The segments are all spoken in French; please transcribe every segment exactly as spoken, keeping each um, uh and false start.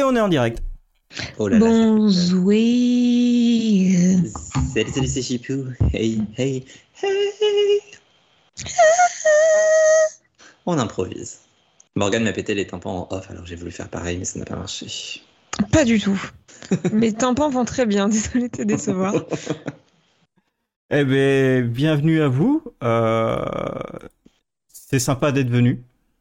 on est en direct. Oh là là. Bonjour. Salut, salut, c'est Chipou. Hey, hey, hey. On improvise. Morgane m'a pété les tympans en off, alors j'ai voulu faire pareil, mais ça n'a pas marché. Pas du tout. Mes tympans vont très bien, désolé de te décevoir. Eh bien, bienvenue à vous. Euh... C'est sympa d'être venu.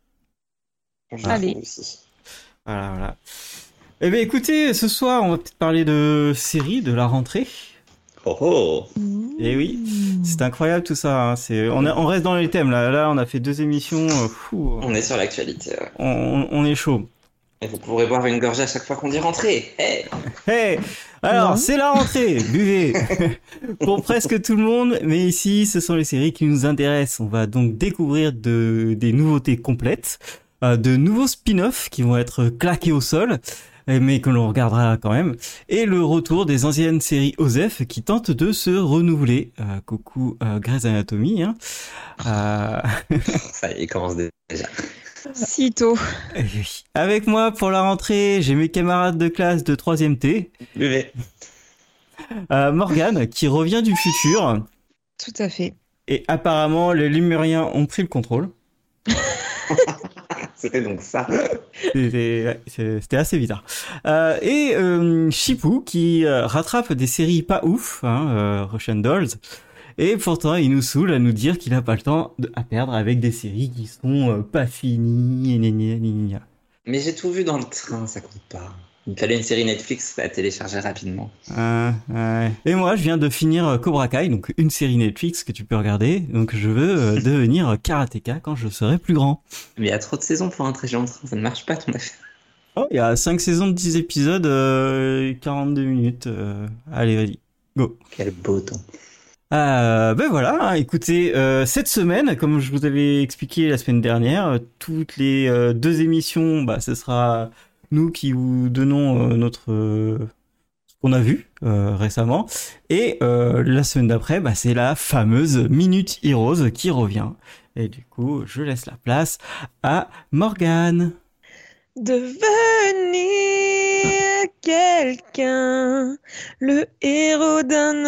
Allez. Voilà, voilà. Eh bien, écoutez, ce soir, on va peut-être parler de séries, de la rentrée. Oh oh. Et oui, c'est incroyable tout ça. Hein. C'est, on, a, on reste dans les thèmes là. Là, on a fait deux émissions. Euh, fou, on est sur l'actualité. Ouais. On, on est chaud. Et vous pourrez boire une gorgée à chaque fois qu'on dit rentrée. Hey. Hey. Alors, non. C'est la rentrée. Buvez. Pour presque tout le monde, mais ici, ce sont les séries qui nous intéressent. On va donc découvrir de, des nouveautés complètes, euh, de nouveaux spin-offs qui vont être claqués au sol, mais que l'on regardera quand même, et le retour des anciennes séries OSEF qui tentent de se renouveler. Euh, coucou euh, Grey's Anatomy. Hein. Euh... Ça y est, il commence déjà. Sitôt. Avec moi pour la rentrée, j'ai mes camarades de classe de troisième T. Buvez. Euh, Morgane, qui revient du futur. Tout à fait. Et apparemment, les Lémuriens ont pris le contrôle. C'était donc ça. C'était, c'était assez bizarre. Euh, et euh, Chipou, qui euh, rattrape des séries pas ouf, hein, euh, Russian Dolls. Et pourtant, il nous saoule à nous dire qu'il n'a pas le temps de, à perdre avec des séries qui sont euh, pas finies. Gna gna gna gna. Mais j'ai tout vu dans le train, ça compte pas. Il fallait une série Netflix à télécharger rapidement. Euh, ouais. Et moi, je viens de finir Cobra Kai, donc une série Netflix que tu peux regarder. Donc je veux euh, devenir karatéka quand je serai plus grand. Mais il y a trop de saisons pour un très géant train, ça ne marche pas ton affaire. Oh, il y a cinq saisons de dix épisodes, euh, quarante-deux minutes. Euh, allez, vas-y, go. Quel beau temps. Euh, ben voilà, hein, écoutez, euh, cette semaine, comme je vous avais expliqué la semaine dernière, euh, toutes les euh, deux émissions, bah, ce sera nous qui vous donnons euh, notre euh, ce qu'on a vu euh, récemment, et euh, la semaine d'après, bah, c'est la fameuse Minute Heroes qui revient. Et du coup, je laisse la place à Morgane. Devenir quelqu'un, le héros d'un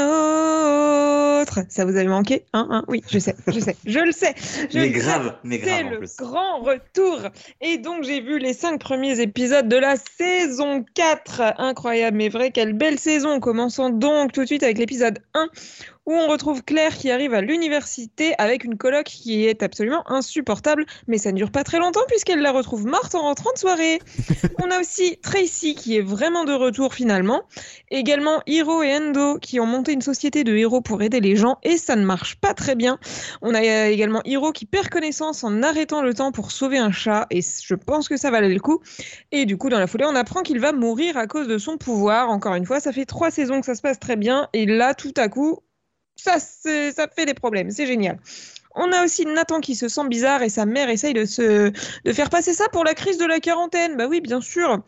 autre. Ça vous avait manqué, hein, hein oui, je sais, je sais, je le sais. Je mais le grave, sais. mais grave C'est en le plus. grand retour. Et donc j'ai vu les cinq premiers épisodes de la saison quatre. Incroyable, mais vrai, quelle belle saison. Commençons donc tout de suite avec l'épisode un. Où on retrouve Claire qui arrive à l'université avec une coloc qui est absolument insupportable, mais ça ne dure pas très longtemps puisqu'elle la retrouve morte en rentrant de soirée. On a aussi Tracy qui est vraiment de retour finalement, également Hiro et Endo qui ont monté une société de héros pour aider les gens et ça ne marche pas très bien. On a également Hiro qui perd connaissance en arrêtant le temps pour sauver un chat et je pense que ça valait le coup. Et du coup dans la foulée on apprend qu'il va mourir à cause de son pouvoir. Encore une fois ça fait trois saisons que ça se passe très bien et là tout à coup Ça, c'est, ça fait des problèmes, c'est génial. On a aussi Nathan qui se sent bizarre et sa mère essaye de, se, de faire passer ça pour la crise de la quarantaine. Bah oui, bien sûr.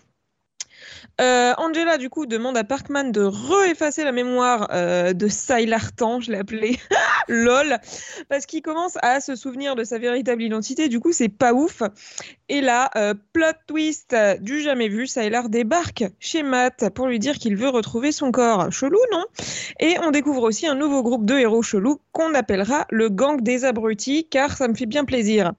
Euh, Angela, du coup, demande à Parkman de re-effacer la mémoire euh, de Sylar Tan, je l'ai appelé LOL, parce qu'il commence à se souvenir de sa véritable identité. Du coup, c'est pas ouf. Et là, euh, plot twist du jamais vu, Sylar débarque chez Matt pour lui dire qu'il veut retrouver son corps. Chelou, non ? Et on découvre aussi un nouveau groupe de héros chelous qu'on appellera le gang des abrutis, car ça me fait bien plaisir.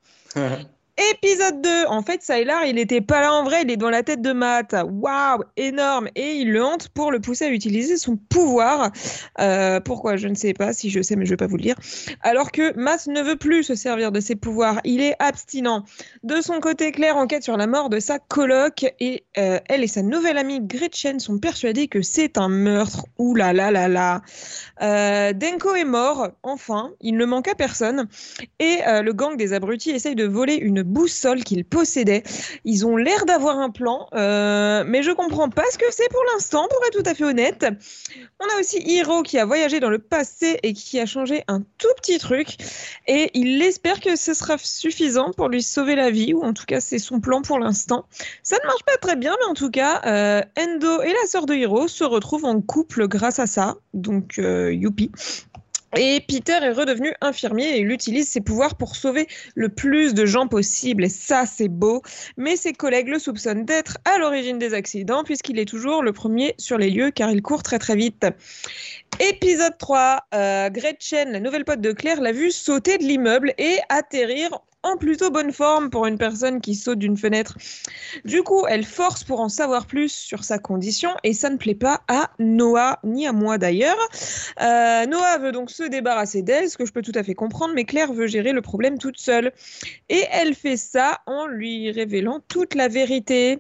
Épisode deux, en fait, Sylar, il était pas là en vrai, il est dans la tête de Matt. Waouh, énorme. Et il le hante pour le pousser à utiliser son pouvoir. Euh, pourquoi ? Je ne sais pas, si je sais, mais je vais pas vous le dire. Alors que Matt ne veut plus se servir de ses pouvoirs, il est abstinent. De son côté, Claire enquête sur la mort de sa coloc et euh, elle et sa nouvelle amie Gretchen sont persuadées que c'est un meurtre. Ouh là là là là. Euh, Denko est mort, enfin, il ne manque à personne. Et euh, le gang des abrutis essaye de voler une boussole qu'ils possédaient. Ils ont l'air d'avoir un plan, euh, mais je comprends pas ce que c'est pour l'instant, pour être tout à fait honnête. On a aussi Hiro qui a voyagé dans le passé et qui a changé un tout petit truc. Et il espère que ce sera suffisant pour lui sauver la vie, ou en tout cas c'est son plan pour l'instant. Ça ne marche pas très bien, mais en tout cas, euh, Endo et la sœur de Hiro se retrouvent en couple grâce à ça. Donc, euh, youpi. Et Peter est redevenu infirmier et il utilise ses pouvoirs pour sauver le plus de gens possible. Et ça, c'est beau. Mais ses collègues le soupçonnent d'être à l'origine des accidents puisqu'il est toujours le premier sur les lieux car il court très très vite. Épisode trois. Euh, Gretchen, la nouvelle pote de Claire, l'a vu sauter de l'immeuble et atterrir en plutôt bonne forme pour une personne qui saute d'une fenêtre. Du coup, elle force pour en savoir plus sur sa condition et ça ne plaît pas à Noah, ni à moi d'ailleurs. Euh, Noah veut donc se débarrasser d'elle, ce que je peux tout à fait comprendre, mais Claire veut gérer le problème toute seule. Et elle fait ça en lui révélant toute la vérité.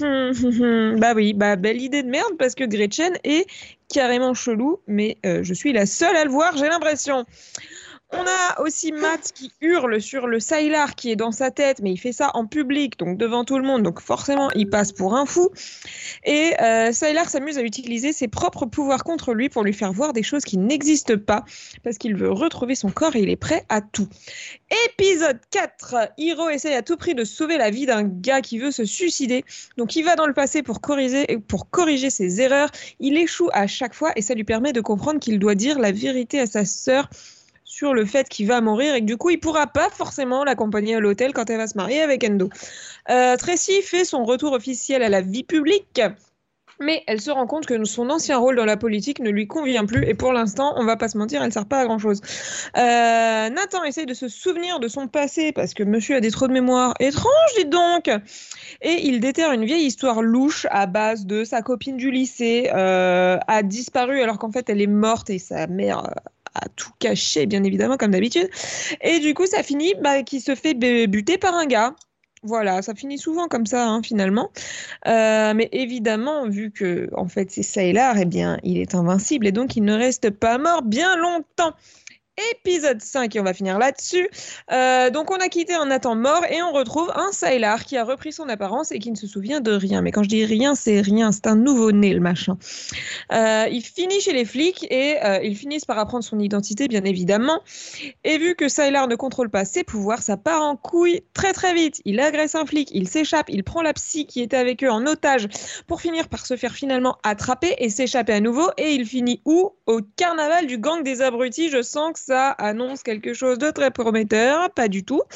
Bah oui, bah belle idée de merde parce que Gretchen est carrément chelou, mais euh, je suis la seule à le voir, j'ai l'impression. On a aussi Matt qui hurle sur le Sylar qui est dans sa tête, mais il fait ça en public, donc devant tout le monde, donc forcément il passe pour un fou. Et euh, Sylar s'amuse à utiliser ses propres pouvoirs contre lui pour lui faire voir des choses qui n'existent pas, parce qu'il veut retrouver son corps et il est prêt à tout. Épisode quatre. Hiro essaye à tout prix de sauver la vie d'un gars qui veut se suicider, donc il va dans le passé pour corriger, pour corriger ses erreurs. Il échoue à chaque fois et ça lui permet de comprendre qu'il doit dire la vérité à sa sœur sur le fait qu'il va mourir et que du coup, il pourra pas forcément l'accompagner à l'hôtel quand elle va se marier avec Endo. Euh, Tracy fait son retour officiel à la vie publique, mais elle se rend compte que son ancien rôle dans la politique ne lui convient plus et pour l'instant, on va pas se mentir, elle sert pas à grand-chose. Euh, Nathan essaye de se souvenir de son passé parce que monsieur a des trous de mémoire étranges, dites donc. Et il déterre une vieille histoire louche à base de sa copine du lycée euh, a disparu alors qu'en fait elle est morte et sa mère euh, a tout caché, bien évidemment, comme d'habitude. Et du coup, ça finit bah, qu'il se fait buter par un gars. Voilà, ça finit souvent comme ça, hein, finalement. Euh, mais évidemment, vu que en fait c'est Sylar, eh bien, il est invincible et donc il ne reste pas mort bien longtemps. Épisode cinq, et on va finir là-dessus. Euh, donc, on a quitté un Nathan mort et on retrouve un Sylar qui a repris son apparence et qui ne se souvient de rien. Mais quand je dis rien, c'est rien, c'est un nouveau-né, le machin. Euh, il finit chez les flics et euh, ils finissent par apprendre son identité, bien évidemment. Et vu que Sylar ne contrôle pas ses pouvoirs, ça part en couille très très vite. Il agresse un flic, il s'échappe, il prend la psy qui était avec eux en otage pour finir par se faire finalement attraper et s'échapper à nouveau. Et il finit où ? Au carnaval du gang des abrutis. Je sens que ça annonce quelque chose de très prometteur, pas du tout.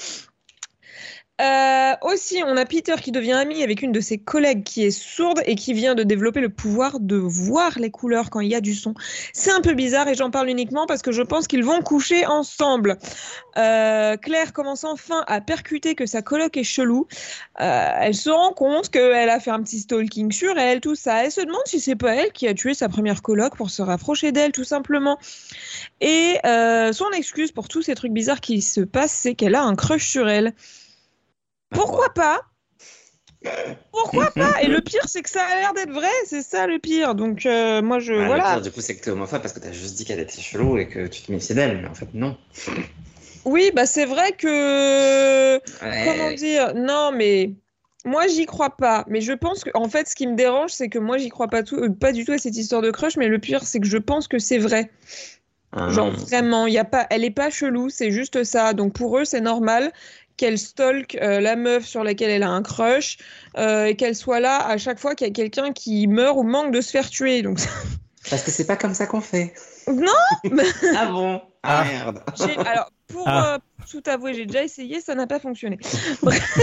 Euh, aussi, on a Peter qui devient ami avec une de ses collègues qui est sourde et qui vient de développer le pouvoir de voir les couleurs quand il y a du son. C'est un peu bizarre et j'en parle uniquement parce que je pense qu'ils vont coucher ensemble. Euh, Claire commence enfin à percuter que sa coloc est chelou. Euh, elle se rend compte qu'elle a fait un petit stalking sur elle, tout ça. Elle se demande si c'est pas elle qui a tué sa première coloc pour se rapprocher d'elle, tout simplement. Et euh, son excuse pour tous ces trucs bizarres qui se passent, c'est qu'elle a un crush sur elle. Pourquoi pas ? Pourquoi pas ? Et le pire, c'est que ça a l'air d'être vrai, c'est ça le pire. Donc, euh, moi, je. Ouais, voilà. le pire, du coup, c'est que t'es homophobe parce que t'as juste dit qu'elle était chelou et que tu te méfiais d'elle, mais en fait, non. Oui, bah, c'est vrai que. Ouais. Comment dire ? Non, mais. Moi, j'y crois pas. Mais je pense que. En fait, ce qui me dérange, c'est que moi, j'y crois pas, tout... euh, pas du tout à cette histoire de crush, mais le pire, c'est que je pense que c'est vrai. Ah, Genre, non. vraiment, y a pas... elle est pas chelou, c'est juste ça. Donc, pour eux, c'est normal qu'elle stalk euh, la meuf sur laquelle elle a un crush euh, et qu'elle soit là à chaque fois qu'il y a quelqu'un qui meurt ou manque de se faire tuer. Donc, Parce que c'est pas comme ça qu'on fait. non. Ah bon ? Ah merde. J'ai- Alors, pour Ah. euh, tout avouer, j'ai déjà essayé, ça n'a pas fonctionné. Bref.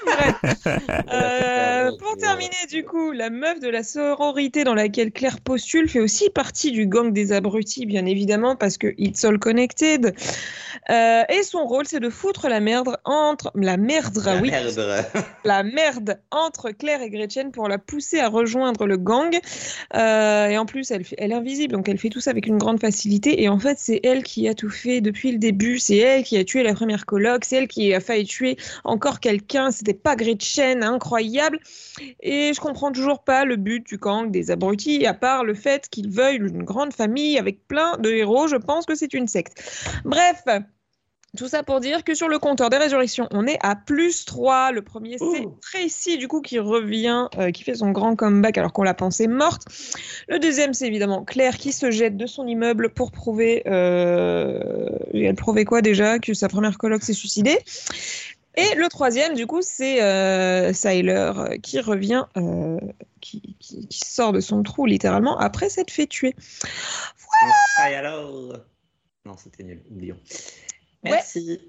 Euh, pour terminer, du coup, la meuf de la sororité dans laquelle Claire postule fait aussi partie du gang des abrutis, bien évidemment, parce que it's all connected. Euh, et son rôle, c'est de foutre la merde entre la merde, La oui, merde. la merde entre Claire et Gretchen pour la pousser à rejoindre le gang. Euh, et en plus, elle, fait- elle est invisible, donc elle fait tout ça avec une grande facilité. Et en fait, c'est elle qui a tout fait depuis le début. C'est elle qui a tué la première coloc. C'est elle qui a failli tuer encore quelqu'un. C'était pas Gretchen, incroyable. Et je comprends toujours pas le but du gang des abrutis, à part le fait qu'ils veuillent une grande famille avec plein de héros. Je pense que c'est une secte. Bref. Tout ça pour dire que sur le compteur des résurrections, on est à plus trois. Le premier, c'est Ouh. Tracy, du coup, qui revient, euh, qui fait son grand comeback alors qu'on la pensait morte. Le deuxième, c'est évidemment Claire qui se jette de son immeuble pour prouver... Euh... Elle prouvait quoi déjà ? Que sa première coloc s'est suicidée. Et le troisième, du coup, c'est euh, Sylar euh, qui revient, euh, qui, qui, qui sort de son trou, littéralement, après s'être fait tuer. Ah, alors. Non, c'était nul. Oublions. Ouais. Merci.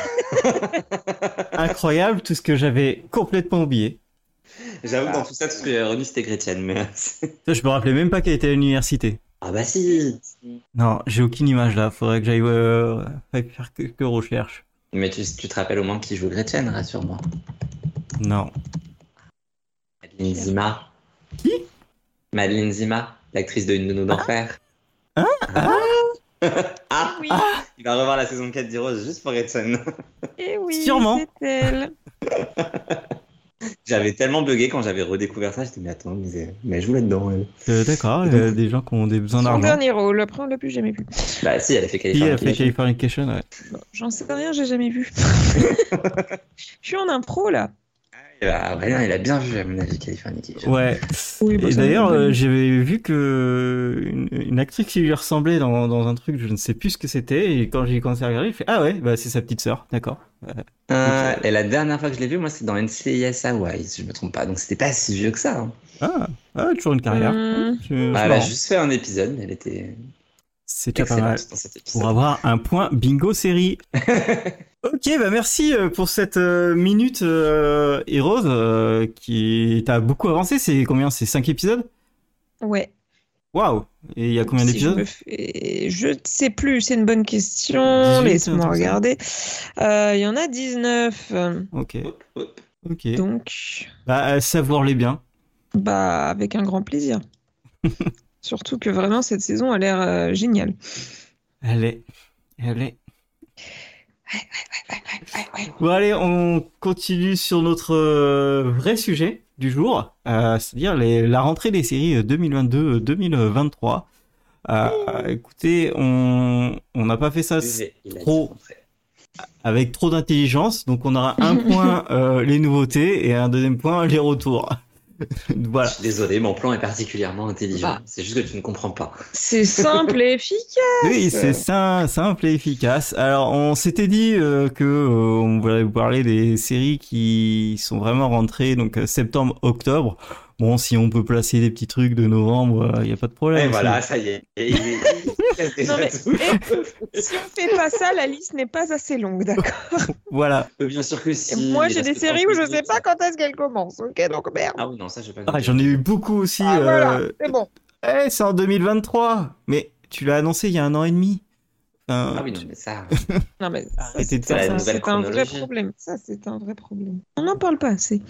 Incroyable, tout ce que j'avais complètement oublié. J'avoue que dans tout ça, tout ce que j'avais retenu, c'était Gretchen. Mais... Ça, je me rappelais même pas qu'elle était à l'université. ah bah si. Non, j'ai aucune image là. Faudrait que j'aille euh, faire quelques recherches. Mais tu, tu te rappelles au moins qui joue Gretchen, rassure-moi. Non. Madeleine Zima. Qui? Madeleine Zima, l'actrice de Une de nos d'enfer. Hein? Ah, Ah, Oui, il va revoir la saison quatre d'Heroes juste pour Gretchen. et oui, Sûrement. c'est elle. J'avais tellement bugué quand j'avais redécouvert ça, j'étais mais attends, mais, mais elle joue là-dedans. Elle. euh, d'accord, il y a des gens qui ont des besoins Son d'argent. dernier rôle, après on l'a plus jamais vu. Bah si, elle a fait Qui California. a fait Californication, ouais. Bon, j'en sais rien, j'ai jamais vu. Je suis en impro là. Bah, Aurélien, il a bien vu à mon avis Californication. Ouais. Oui, bah, Et ça d'ailleurs, va, euh, oui. j'avais vu que une, une actrice qui lui ressemblait dans, dans un truc, je ne sais plus ce que c'était, et quand j'ai commencé à regarder, je fais ah ouais, bah c'est sa petite sœur, d'accord. Euh, et la dernière fois que je l'ai vu, moi, c'était dans N C I S Hawaii, si je me trompe pas. Donc c'était pas si vieux que ça. Hein. Ah, ah, toujours une carrière. Hum. C'est- c'est Bah, elle a marrant. juste fait un épisode, mais elle était C'est déjà pas mal. excellente dans cet épisode. Pour avoir un point bingo série. Ok, bah merci euh, pour cette euh, minute euh, Heroes euh, qui t'a beaucoup avancé. C'est combien? C'est cinq épisodes? Ouais. Waouh! Et il y a combien Si je d'épisodes? me fais... Je ne sais plus, c'est une bonne question. dix-huit, un Laisse-moi truc comme ça. regarder. Euh, Il y en a dix-neuf. Ok, Hop, hop. ok. Donc, Bah, euh, savoure-les bien. bah, avec un grand plaisir. Surtout que vraiment, cette saison a l'air euh, géniale. Elle est, elle est. Ouais, ouais, ouais. Bon allez, on continue sur notre euh, vrai sujet du jour, euh, c'est-à-dire les- la rentrée des séries deux mille vingt-deux deux mille vingt-trois. Euh, écoutez, on on n'a pas fait ça Il a trop dit rentrer. avec trop d'intelligence, donc on aura un point euh, les nouveautés et un deuxième point les retours. Voilà. Je suis désolé, mon plan est particulièrement intelligent. Bah. C'est juste que tu ne comprends pas. C'est simple et efficace. Oui, c'est sim- simple et efficace. Alors, on s'était dit euh, que euh, on voulait vous parler des séries qui sont vraiment rentrées, donc euh, septembre-octobre. Bon, si on peut placer des petits trucs de novembre, il euh, y a pas de problème. Et c'est- voilà, ça y est. Et il est- il reste déjà Non, mais- tout. Si on fait pas ça, la liste n'est pas assez longue, d'accord? Voilà. Euh, Bien sûr que Et si. moi, il j'ai reste des séries où je trente sais pas quand est-ce qu'elles commencent, ok? Donc merde. Ah oui, non, ça, j'ai pas Ah, noté. j'en ai eu beaucoup aussi. Ah, voilà, euh, c'est bon. Eh, c'est en deux mille vingt-trois. Mais tu l'as annoncé il y a un an et demi. Enfin, Ah oui, non, mais ça. Non, mais ça, Arrêtez de c'est faire un- ça. c'est un vrai Chronologie. problème. Ça, c'est un vrai problème. On n'en parle pas assez.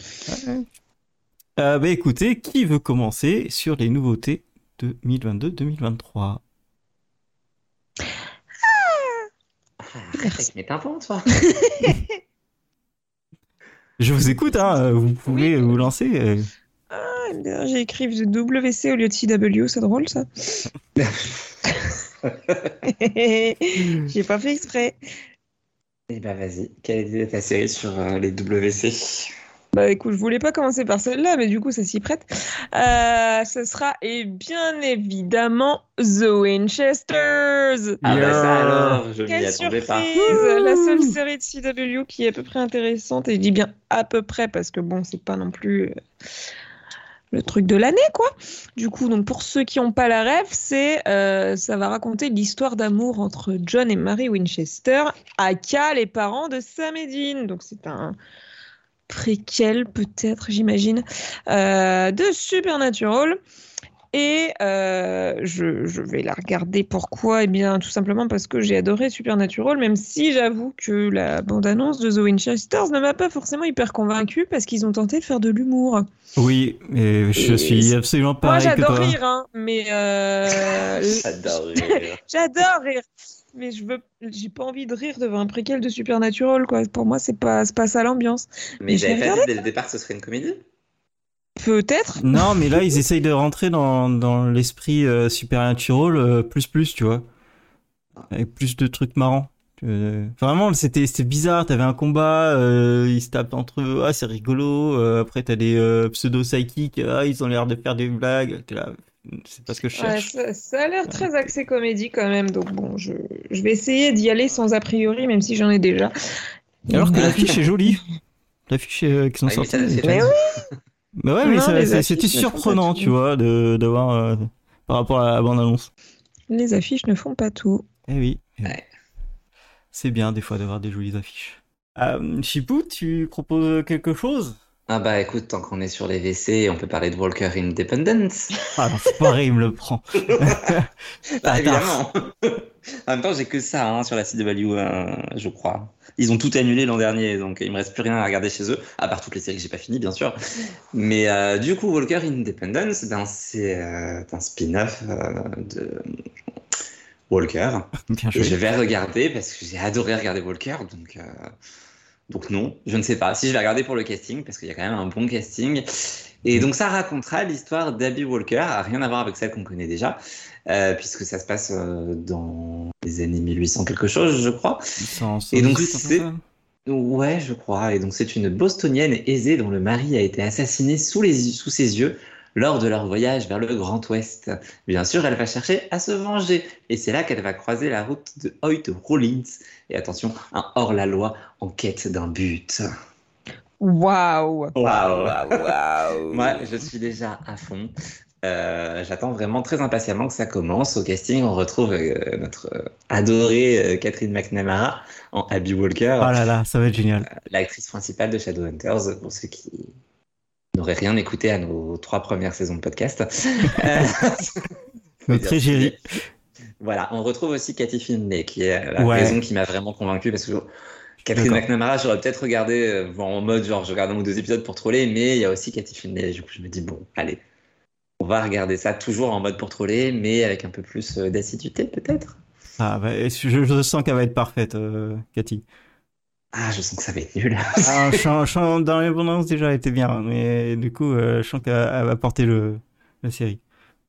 Euh, bah écoutez, qui veut commencer sur les nouveautés deux mille vingt-deux deux mille vingt-trois? Ah, arrête avec mes tympans, toi. Je vous écoute, hein, vous pouvez Oui. vous lancer. euh. Ah, d'ailleurs, j'ai écrit W C au lieu de C W, c'est drôle ça. J'ai pas fait exprès. Eh bah, vas-y. Quelle est ta série sur euh, les W C? Bah écoute, je voulais pas commencer par celle-là, mais du coup ça s'y prête. Euh, ce sera et bien évidemment The Winchesters. Ah bah ça Yeah. alors, je m'y Quelle attendais surprise! pas. La seule série de C W qui est à peu près intéressante, et je dis bien à peu près parce que bon, c'est pas non plus euh, le truc de l'année, quoi. Du coup, donc pour ceux qui n'ont pas la rêve, c'est euh, ça va raconter l'histoire d'amour entre John et Mary Winchester, aka les parents de Sam et Dean. Donc c'est un préquel peut-être, j'imagine, euh, de Supernatural. Et euh, je, je vais la regarder. Pourquoi? Eh bien, tout simplement parce que j'ai adoré Supernatural, même si j'avoue que la bande-annonce de The Winchesters ne m'a pas forcément hyper convaincue parce qu'ils ont tenté de faire de l'humour. Oui, et je Et suis c'est- absolument Moi, pareil que j'adore toi. rire, hein, mais euh, J'adore rire. j'adore rire. Mais je veux, j'ai pas envie de rire devant un préquel de Supernatural, quoi. Pour moi, c'est pas, c'est pas ça l'ambiance. Mais je vais j'avais pas regarder. dit dès le départ que ce serait une comédie? Peut-être. Non, mais là, ils essayent de rentrer dans, dans l'esprit euh, Supernatural euh, plus plus, tu vois. Avec plus de trucs marrants. Euh, vraiment, c'était c'était bizarre. T'avais un combat, euh, ils se tapent entre eux. Ah, c'est rigolo. Euh, après, t'as des euh, pseudo-psychiques. Ah, ils ont l'air de faire des blagues. T'es là, c'est pas ce que je Ouais, cherche. ça, ça a l'air très axé comédie quand même, donc bon, je, je vais essayer d'y aller sans a priori, même si j'en ai déjà. Alors que l'affiche est jolie. L'affiche euh, qu'ils ont Ah oui, mais sortie. ça, c'est Mais pas oui. Bah ouais, mais Non, ça- les ça- affiches c'était ne font pas surprenant, tout. tu vois, de d'avoir euh, par rapport à la bande-annonce. Les affiches ne font pas tout. Eh oui, Et Ouais. c'est bien des fois d'avoir des jolies affiches. Euh, Chipou, tu proposes quelque chose? Ah bah écoute, tant qu'on est sur les V C, on peut parler de Walker Independence. Ah, l'enfoiré, il me le prend. Bah Bâtard. évidemment. En même temps, j'ai que ça hein, sur la site de Value, euh, je crois. Ils ont tout annulé l'an dernier, donc il me reste plus rien à regarder chez eux, à part toutes les séries que j'ai pas finies, bien sûr. Mais euh, du coup, Walker Independence, ben, c'est euh, un spin-off euh, de Walker. Bien Et je joué. vais regarder parce que j'ai adoré regarder Walker, donc, euh, donc non, je ne sais pas. Si je vais regarder pour le casting, parce qu'il y a quand même un bon casting. Et Oui. donc ça racontera l'histoire d'Abby Walker, rien à voir avec celle qu'on connaît déjà, euh, puisque ça se passe euh, dans les années mille huit cents quelque chose, je crois. cent Et donc dix-huit, un peu c'est... ça. Ouais, je crois. Et donc c'est une Bostonienne aisée dont le mari a été assassiné sous les... sous ses yeux lors de leur voyage vers le Grand Ouest. Bien sûr, elle va chercher à se venger. Et c'est là qu'elle va croiser la route de Hoyt Rollins. Et attention, un hors-la-loi en quête d'un but. Waouh! Waouh! Waouh. Moi, je suis déjà à fond. Euh, j'attends vraiment très impatiemment que ça commence. Au casting, on retrouve euh, notre euh, adorée euh, Catherine McNamara en Abby Walker, Oh là là, ça va être génial. l'actrice principale de Shadowhunters, pour ceux qui n'auraient rien écouté à nos trois premières saisons de podcast. Euh, Notre égérie. Voilà, on retrouve aussi Cathy Finlay, qui est la Ouais. raison qui m'a vraiment convaincu, parce que Catherine D'accord. McNamara, j'aurais peut-être regardé euh, en mode genre je regarde un ou deux épisodes pour troller, mais il y a aussi Cathy Finlay, du coup je me dis bon, allez, on va regarder ça toujours en mode pour troller, mais avec un peu plus euh, d'assiduité peut-être. Ah, bah, et je, je sens qu'elle va être parfaite, euh, Cathy. Ah, je sens que ça va être nul. Ah, chant, chant dans l'abondance déjà elle était bien, mais du coup, euh, je sens qu'elle elle va porter le, la série.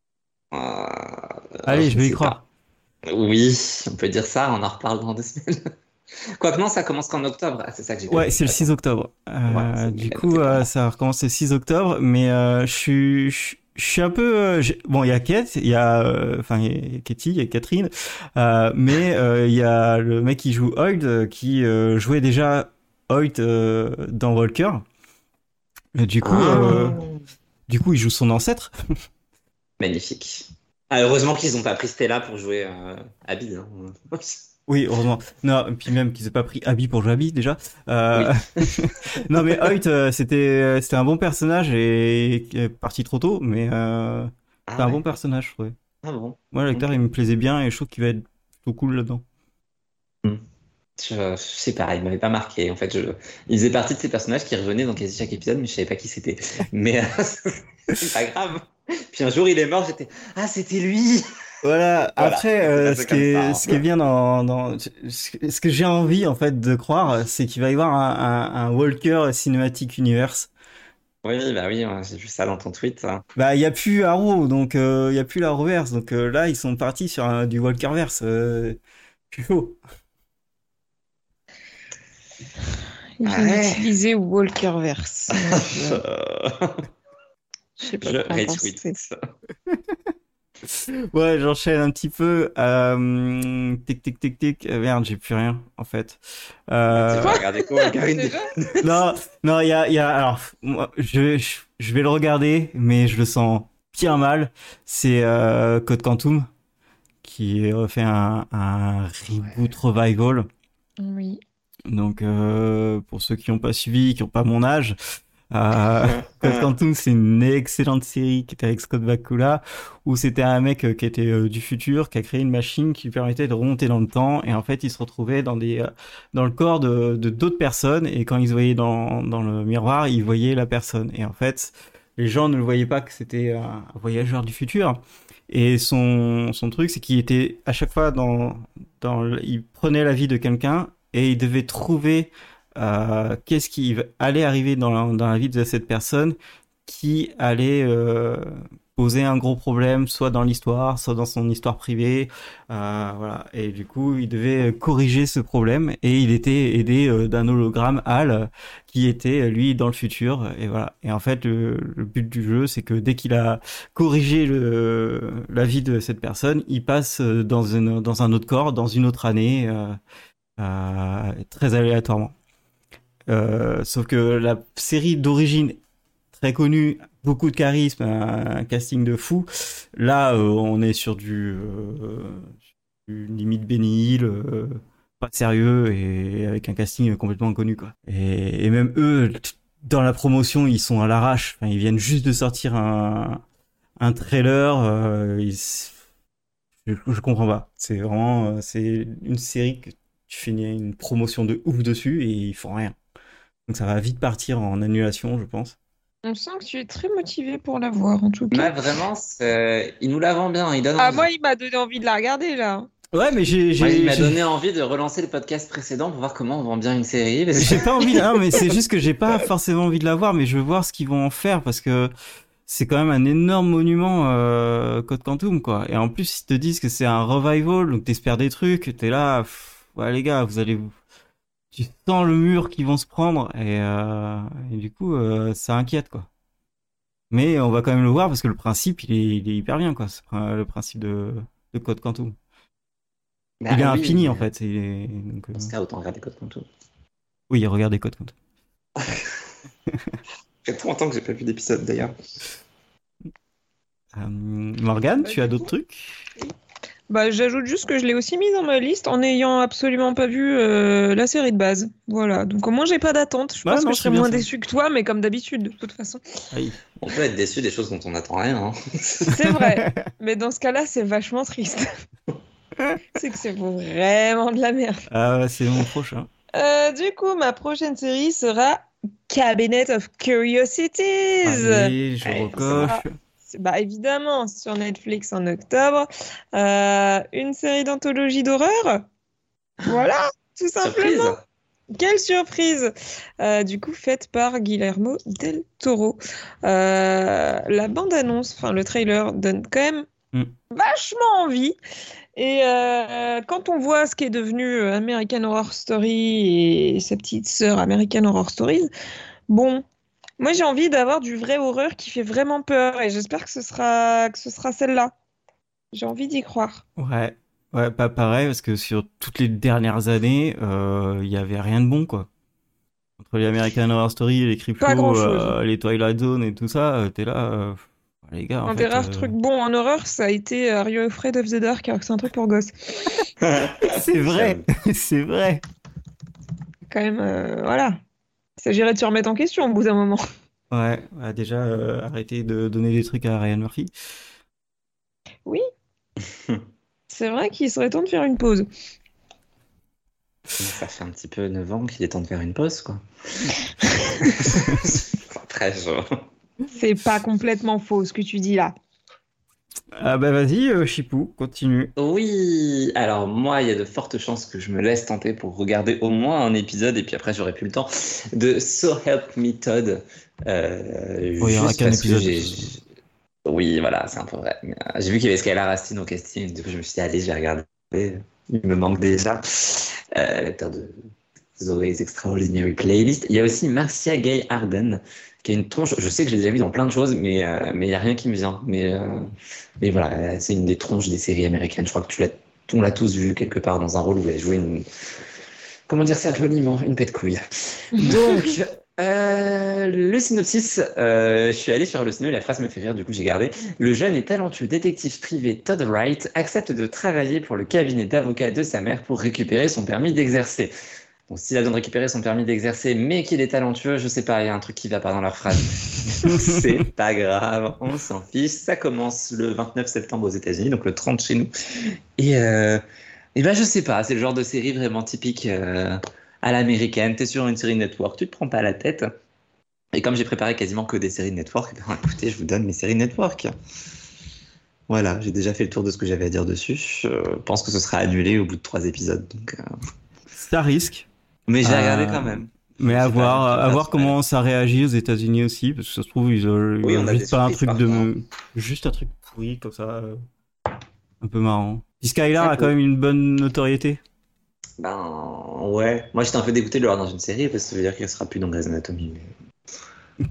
Ah, Allez, je je ne vais y sais croire. pas. Oui, on peut dire ça, on en reparle dans deux semaines. Quoique non, ça commence qu'en octobre. Ah, c'est ça que j'ai Ouais, compris. c'est le six D'accord. octobre. Ouais, Euh, c'est du bien coup, noté pour euh, moi. ça recommence le six octobre, mais euh, je suis, je, je suis un peu, euh, j'ai- bon, il y a Kate, il y a, euh, enfin, il y a Katie, il y a Catherine, euh, mais euh, il y a le mec qui joue Hoyt, euh, qui euh, jouait déjà Hoyt euh, dans Walker. Et du coup, euh, Ah, du coup, il joue son ancêtre. magnifique. Ah, heureusement qu'ils n'ont pas pris Stella pour jouer euh, Abby. Hein. Oui, heureusement. Non, et puis même qu'ils aient pas pris Abby pour jouer Abby déjà. Oui. Euh... non, mais Hoyt, euh, c'était, c'était un bon personnage et qui est parti trop tôt, mais euh, c'est Ah un ouais. bon personnage, je trouvais. Ah bon. Moi, l'acteur, Ok. il me plaisait bien et je trouve qu'il va être plutôt cool là-dedans. Hmm. Je, je sais pas, il m'avait pas marqué. En fait, je... il faisait partie de ces personnages qui revenaient dans quasi chaque épisode, mais je savais pas qui c'était. Mais euh, c'est pas grave. Puis un jour, il est mort, j'étais ah, c'était lui. Voilà. Voilà, Après, c'est euh, passé ce qui comme ça. est, Hein. ce qui est bien dans, dans, ce ce que j'ai envie en fait de croire, c'est qu'il va y avoir un, un, un Walker Cinematic Universe. Oui, bah oui, ouais, j'ai vu ça dans ton tweet. Hein. Bah, il y a plus Arrow, donc euh, il y a plus la reverse, donc euh, là, ils sont partis sur un, du Walkerverse. Euh, je suis chaud. Il Ah vient ouais. d'utiliser Walkerverse. Euh, Je sais pas Je quoi en retweet. penser. Ouais, j'enchaîne un petit peu. Euh, tic, tic, tic, tic. Euh, Merde, j'ai plus rien, en fait. Tu Euh, vas regarder quoi, Karine? Déjà non, non, il y a, il y a, alors, moi, je, je, je vais le regarder, mais je le sens bien mal. C'est euh, Code Quantum, qui refait un, un reboot revival. Oui. Donc, euh, pour ceux qui n'ont pas suivi, qui n'ont pas mon âge, euh, Code Quantum, c'est une excellente série qui était avec Scott Bakula, où c'était un mec euh, qui était euh, du futur, qui a créé une machine qui lui permettait de remonter dans le temps, et en fait, il se retrouvait dans des, euh, dans le corps de, de d'autres personnes, et quand ils se voyaient dans, dans le miroir, ils voyaient la personne. Et en fait, les gens ne le voyaient pas que c'était un voyageur du futur. Et son, son truc, c'est qu'il était à chaque fois dans, dans, le- il prenait la vie de quelqu'un, et il devait trouver euh, qu'est-ce qui allait arriver dans la, dans la vie de cette personne qui allait euh, poser un gros problème, soit dans l'histoire, soit dans son histoire privée. Euh, voilà. Et du coup, il devait corriger ce problème et il était aidé euh, d'un hologramme Hal qui était lui dans le futur. Et voilà. Et en fait, le, le but du jeu, c'est que dès qu'il a corrigé le, la vie de cette personne, il passe dans, une, dans un autre corps, dans une autre année. Euh, euh, très aléatoirement. Euh, sauf que la série d'origine très connue, beaucoup de charisme, un, un casting de fou. Là, euh, on est sur du, euh, limite Benny Hill, euh, pas sérieux et avec un casting complètement inconnu, quoi. Et, et même eux, dans la promotion, ils sont à l'arrache. Enfin, ils viennent juste de sortir un, un trailer. Euh, ils, je, je comprends pas. C'est vraiment, euh, c'est une série que tu fais une, une promotion de ouf dessus et ils font rien. Donc ça va vite partir en annulation, je pense. On sent que tu es très motivé pour la voir, en tout Bah, cas. vraiment, c'est- il nous la vend bien, il donne Ah, envie. moi, il m'a donné envie de la regarder, là. Ouais, mais j'ai, Moi, il j'ai, m'a j'ai, donné envie de relancer le podcast précédent pour voir comment on vend bien une série. parce que- j'ai pas envie. Non, mais c'est juste que j'ai pas forcément envie de la voir, mais je veux voir ce qu'ils vont en faire parce que c'est quand même un énorme monument, euh, Code Quantum, quoi. Et en plus, ils te disent que c'est un revival, donc t'espères des trucs, t'es là, pff, ouais, les gars, vous allez vous, tu sens le mur qu'ils vont se prendre et, euh, et du coup, euh, ça inquiète, quoi. Mais on va quand même le voir parce que le principe, il est, il est hyper bien, quoi. C'est le principe de, de Code Quantum. Bah Il est oui, infini, mais en fait. Il est, donc, euh, Dans ce cas, autant regarder Code Quantum. oui, regardez Code Quantum. Ça fait trop longtemps que j'ai pas vu d'épisode d'ailleurs. Euh, Morgane, Bah, tu as du d'autres coup- trucs? Bah, j'ajoute juste que je l'ai aussi mis dans ma liste en n'ayant absolument pas vu euh, la série de base. Voilà, donc au moins j'ai pas d'attente. Je Ouais, pense non, que je c'est serais bien moins ça. déçue que toi, mais comme d'habitude, de toute façon. Aïe. On peut être déçu des choses dont on n'attend rien. Hein. C'est vrai, mais dans ce cas-là, c'est vachement triste. C'est que c'est vraiment de la merde. Ah, ouais, c'est mon prochain. Euh, du coup, ma prochaine série sera Cabinet of Curiosities. Allez, je Allez, recoche. C'est- Bah évidemment, sur Netflix en octobre. Euh, une série d'anthologie d'horreur. Voilà, tout simplement. Surprise. Quelle surprise! Euh, du coup, faite par Guillermo del Toro. Euh, la bande-annonce, enfin le trailer, donne quand même Mm. vachement envie. Et euh, quand on voit ce qui est devenu euh, American Horror Story et sa petite sœur American Horror Stories, bon, moi j'ai envie d'avoir du vrai horreur qui fait vraiment peur et j'espère que ce sera, que ce sera celle-là. J'ai envie d'y croire. Ouais. Ouais, pas pareil, parce que sur toutes les dernières années, il y avait rien de bon, quoi. Entre les American Horror Story, les Crypto, Pas grand-chose. euh, les Twilight Zone et tout ça, euh, t'es là, euh, les gars, en Un fait, des rares euh, trucs bons en horreur, ça a été Are You Afraid of the Dark, alors que c'est un truc pour gosses. c'est vrai, c'est vrai. Quand même, euh, voilà. Il s'agirait de se remettre en question au bout d'un moment. Ouais, ouais, déjà, euh, arrêtez de donner des trucs à Ryan Murphy. Oui. C'est vrai qu'il serait temps de faire une pause. Ça fait un petit peu neuf ans qu'il est temps de faire une pause, quoi. Après, je... C'est pas complètement faux ce que tu dis là. Ah bah vas-y, euh, Chipou, continue. Oui, alors moi, il y a de fortes chances que je me laisse tenter pour regarder au moins un épisode, et puis après, j'aurai plus le temps, de So Help Me Todd. Euh, Oh, il y aura juste qu'un parce que épisode. j'ai- Oui, voilà, c'est un peu vrai. Mais, euh, J'ai vu qu'il y avait Skylar Astin au casting, du coup, je me suis dit, allez, je vais regarder. Il me manque déjà. Euh, l'acteur de Zoé's Extraordinary Playlist. Il y a aussi Marcia Gay Harden, qui a une tronche. Je sais que je l'ai déjà vu dans plein de choses, mais euh, mais il n'y a rien qui me vient. Mais, euh, mais voilà, euh, c'est une des tronches des séries américaines. Je crois que tu l'as, on l'a tous vu quelque part dans un rôle où elle jouait une. Comment dire ça joliment? Une pète couille. Donc, euh, le synopsis, euh, je suis allé sur le et la phrase me fait rire, du coup j'ai gardé. Le jeune et talentueux détective privé Todd Wright accepte de travailler pour le cabinet d'avocat de sa mère pour récupérer son permis d'exercer. Bon, s'il a besoin de récupérer son permis d'exercer, mais qu'il est talentueux, je sais pas, il y a un truc qui va pas dans leur phrase. C'est pas grave, on s'en fiche. Ça commence le vingt-neuf septembre aux États-Unis, donc le trente chez nous. Et, euh, et ben je sais pas, c'est le genre de série vraiment typique euh, à l'américaine. T'es sur une série network, tu te prends pas la tête. Et comme j'ai préparé quasiment que des séries network, ben écoutez, je vous donne mes séries network. Voilà, j'ai déjà fait le tour de ce que j'avais à dire dessus. Je pense que ce sera annulé au bout de trois épisodes, donc. euh, Ça risque. Mais j'ai Euh, regardé quand même. Mais Je à sais pas, voir, je sais à pas, voir c'est comment ça réagit aux États-Unis aussi, parce que ça se trouve, ils ont, Oui, ils ont on a juste des pas un surprises truc de. parfois. Juste un truc pourri comme ça. euh, Un peu marrant. Puis Skylar Ça a quand peut. même une bonne notoriété. Ben ouais, moi j'étais un peu dégoûté de le voir dans une série parce que ça veut dire qu'il sera plus dans Grey's Anatomy. Mais...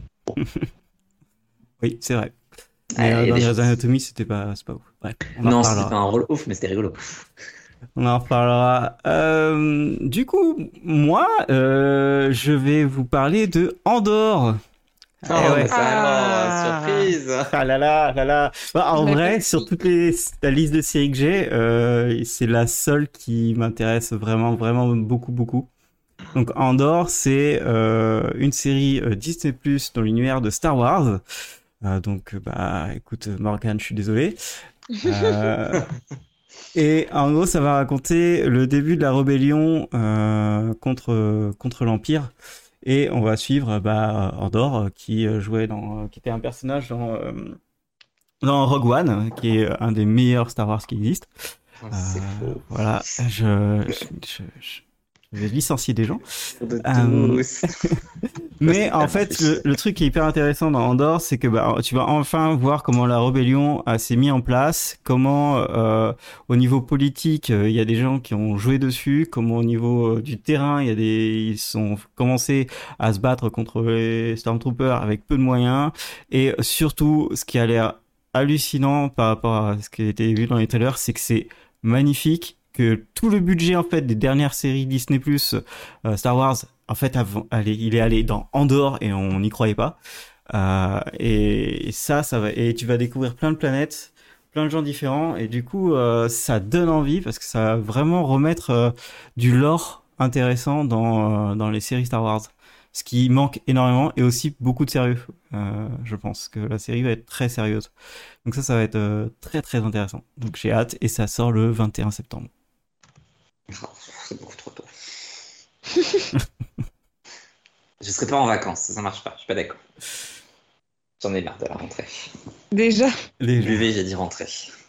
Oui, c'est vrai. Ouais, Mais euh, il y a dans des Grey's choses. Anatomy, c'était pas, c'est pas ouf. Bref, on en Non, c'était reparlera. pas un rôle ouf, mais c'était rigolo. On en reparlera. Euh, du coup, moi, euh, je vais vous parler de Andor. Oh, Eh ouais. bah ça Ah. alors, surprise. Ah là là, là là. Bah, en Je l'avais vrai, compris. sur toutes les la liste de séries que j'ai, euh, c'est la seule qui m'intéresse vraiment, vraiment beaucoup, beaucoup. Donc Andor, c'est euh, une série euh, Disney Plus dans l'univers de Star Wars. Euh, donc euh, bah écoute Morgane, je suis désolé. Euh, et en gros, ça va raconter le début de la rébellion euh, contre contre l'Empire. Et on va suivre bah, Andor euh, qui euh, jouait dans, euh, qui était un personnage dans euh, dans Rogue One, qui est un des meilleurs Star Wars qui existent. Oh, Euh, c'est faux. voilà, je, je, je, je- je vais licencier des gens. Faux de Euh, tous. mais en Tellement fait, fait le, chier. le truc qui est hyper intéressant dans Andorre, c'est que bah, tu vas enfin voir comment la rébellion euh, s'est mise en place, comment euh, au niveau politique, euh, il y a des gens qui ont joué dessus, comment au niveau euh, du terrain, il y a des, ils sont commencé à se battre contre les Stormtroopers avec peu de moyens, et surtout, ce qui a l'air hallucinant par rapport à ce qui a été vu dans les trailers, c'est que c'est magnifique, que tout le budget en fait des dernières séries Disney Plus euh, Star Wars en fait avant, allez, il est allé dans Andorre et on n'y croyait pas. Euh, et, et ça ça va, et tu vas découvrir plein de planètes, plein de gens différents, et du coup euh, ça donne envie parce que ça va vraiment remettre euh, du lore intéressant dans euh, dans les séries Star Wars, ce qui manque énormément, et aussi beaucoup de sérieux. Euh, je pense que la série va être très sérieuse, donc ça ça va être euh, très très intéressant, donc j'ai hâte, et ça sort le vingt et un septembre. Oh, c'est beaucoup trop tôt. Je serai pas en vacances, ça, ça marche pas, je suis pas d'accord. J'en ai marre de la rentrée. Déjà, Les Buvez, j'ai dit rentrée.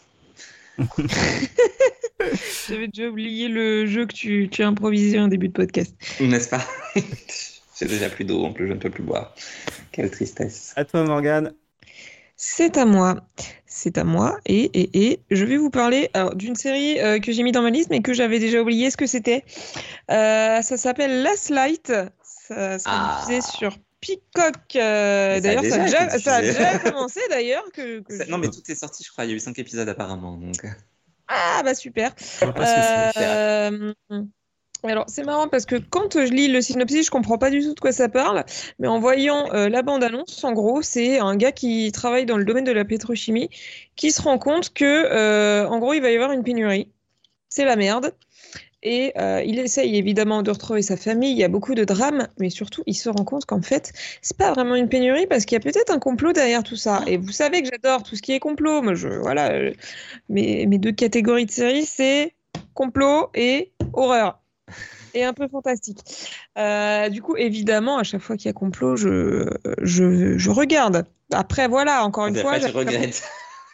j'avais déjà oublié le jeu que tu, tu as improvisé en début de podcast. N'est-ce pas? J'ai déjà plus d'eau, en plus je ne peux plus boire. Quelle tristesse. À toi Morgane. C'est à moi. C'est à moi. Et, et, et je vais vous parler alors, d'une série euh, que j'ai mis dans ma liste, mais que j'avais déjà oublié ce que c'était. Euh, ça s'appelle Last Light. Ça sera Ah. diffusé sur Peacock. Euh, Mais ça a d'ailleurs, ça a déjà déjà, été ça a diffusé. déjà commencé d'ailleurs. Que, que Ça- je- Non, mais tout est sorti, je crois. Il y a eu cinq épisodes apparemment. Donc... Ah, bah super. Je vois pas ce que c'est. Euh, Alors, c'est marrant parce que quand je lis le synopsis, je comprends pas du tout de quoi ça parle. Mais en voyant euh, la bande-annonce, en gros, c'est un gars qui travaille dans le domaine de la pétrochimie qui se rend compte que, euh, en gros, il va y avoir une pénurie. C'est la merde. Et euh, il essaye évidemment de retrouver sa famille. Il y a beaucoup de drames, mais surtout, il se rend compte qu'en fait, c'est pas vraiment une pénurie parce qu'il y a peut-être un complot derrière tout ça. Et vous savez que j'adore tout ce qui est complot. Moi, je, voilà, euh, mes, mes deux catégories de séries, c'est complot et horreur. Et un peu fantastique. Euh, du coup, évidemment, à chaque fois qu'il y a complot, je, je, je regarde. Après, voilà, encore une fois, Après, tu j'avais- regrettes.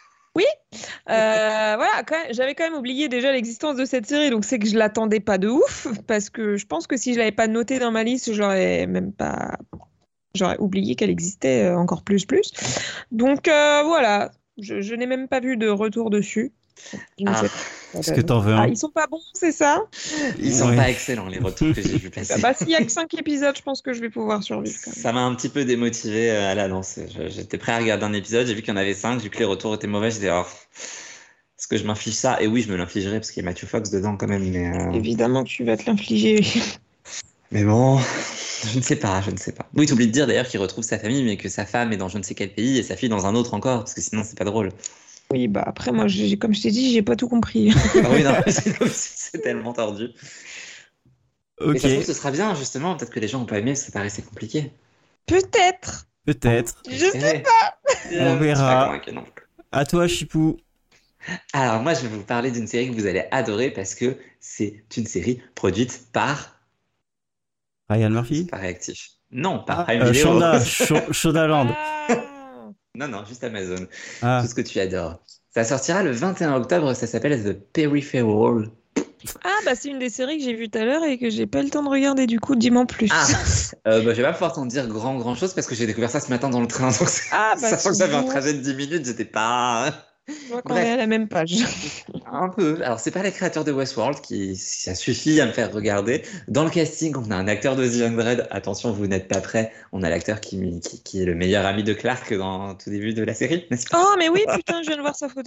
euh, voilà, quand même- j'avais quand même oublié déjà l'existence de cette série, donc c'est que je l'attendais pas de ouf, parce que je pense que si je l'avais pas notée dans ma liste, j'aurais même pas, j'aurais oublié qu'elle existait euh, encore plus plus. Donc euh, voilà, je, je n'ai même pas vu de retour dessus. Je ne Ah, sais pas. Est-ce que t'en veux Ah, un? ils sont pas bons, c'est ça? ils sont Ouais. pas excellents, les retours que j'ai vu passer. Bah, s'il y a que cinq épisodes, je pense que je vais pouvoir survivre quand même. Ça m'a un petit peu démotivé euh, à la lance. Je- J'étais prêt à regarder un épisode, j'ai vu qu'il y en avait cinq, j'ai vu que les retours étaient mauvais, j'ai dit, oh, est-ce que je m'inflige ça? Et oui, je me l'infligerai parce qu'il y a Matthew Fox dedans quand même. Mais, euh, Évidemment que tu vas te l'infliger. mais bon, je ne sais pas, je ne sais pas. Oui, t'oublies de dire d'ailleurs qu'il retrouve sa famille, mais que sa femme est dans je ne sais quel pays et sa fille dans un autre encore, parce que sinon c'est pas drôle. Oui, bah après, moi, j'ai- comme je t'ai dit, j'ai pas tout compris. Ah oui, non, c'est c'est tellement tordu. Mais Ok, ça se trouve, ce sera bien, justement. Peut-être que les gens n'ont pas aimé parce que ça paraissait compliqué. Peut-être. peut-être. Je sais. Eh, On euh, je suis verra. pas convaincu non plus. À toi, Chipou. Alors, moi, je vais vous parler d'une série que vous allez adorer parce que c'est une série produite par. Ryan C'est Murphy. pas réactif. Non, par Ah, Prime euh, Video. Shonda, Sho- Shondaland. Ah. Non, non, juste Amazon. Ah, Tout ce que tu adores. Ça sortira le vingt et un octobre. Ça s'appelle The Peripheral. Ah, bah c'est une des séries que j'ai vues tout à l'heure et que j'ai pas eu le temps de regarder, du coup, dis-moi plus. Ah, euh, bah, je vais pas pouvoir t'en dire grand, grand chose parce que j'ai découvert ça ce matin dans le train. Donc, Ah, bah, sachant que j'avais un tu vois. trajet de dix minutes, j'étais pas. Je vois qu'on Bref. est à la même page. Un peu. Alors, c'est pas les créateurs de Westworld qui, ça suffit à me faire regarder. Dans le casting, on a un acteur de The Hundred. Attention, vous n'êtes pas prêts. On a l'acteur qui, qui, qui est le meilleur ami de Clark dans tout début de la série, n'est-ce pas? Oh, mais oui, putain, je viens de voir sa photo.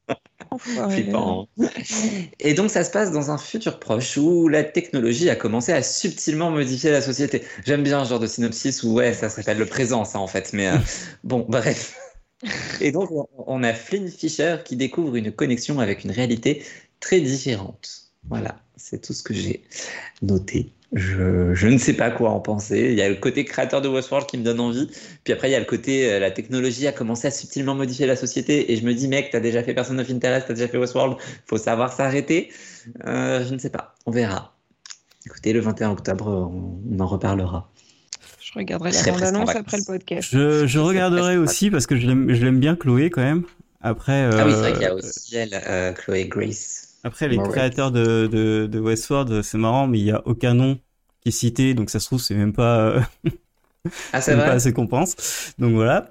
Enfoiré. Flippant. Et donc ça se passe dans un futur proche où la technologie a commencé à subtilement modifier la société. J'aime bien ce genre de synopsis où ouais, ça s'appelle le présent, ça en fait. Mais euh, bon, bref. Et donc on- on a Flynn Fisher qui découvre une connexion avec une réalité très différente. Voilà, c'est tout ce que j'ai noté. Je, je ne sais pas quoi en penser. Il y a le côté créateur de Westworld qui me donne envie. Puis après, il y a le côté euh, la technologie a commencé à subtilement modifier la société. Et je me dis, mec, t'as déjà fait Person of Interest, t'as déjà fait Westworld, faut savoir s'arrêter. Euh, je ne sais pas, on verra. Écoutez, le vingt et un octobre, on, on en reparlera. Je regarderai Je la serai presque en bande-annonce vacances. après le podcast. Je, je Je sais regarderai presque pas. aussi parce que je l'aime, je l'aime bien Chloé quand même. Après, Ah oui, c'est vrai qu'il y a euh, aussi elle, euh, Chloé Grace après les Moretz. créateurs de, de, de Westworld, c'est marrant, mais il y a aucun nom qui est cité, donc ça se trouve c'est même pas, euh, Ah, c'est c'est même pas vrai? assez qu'on pense. Donc voilà.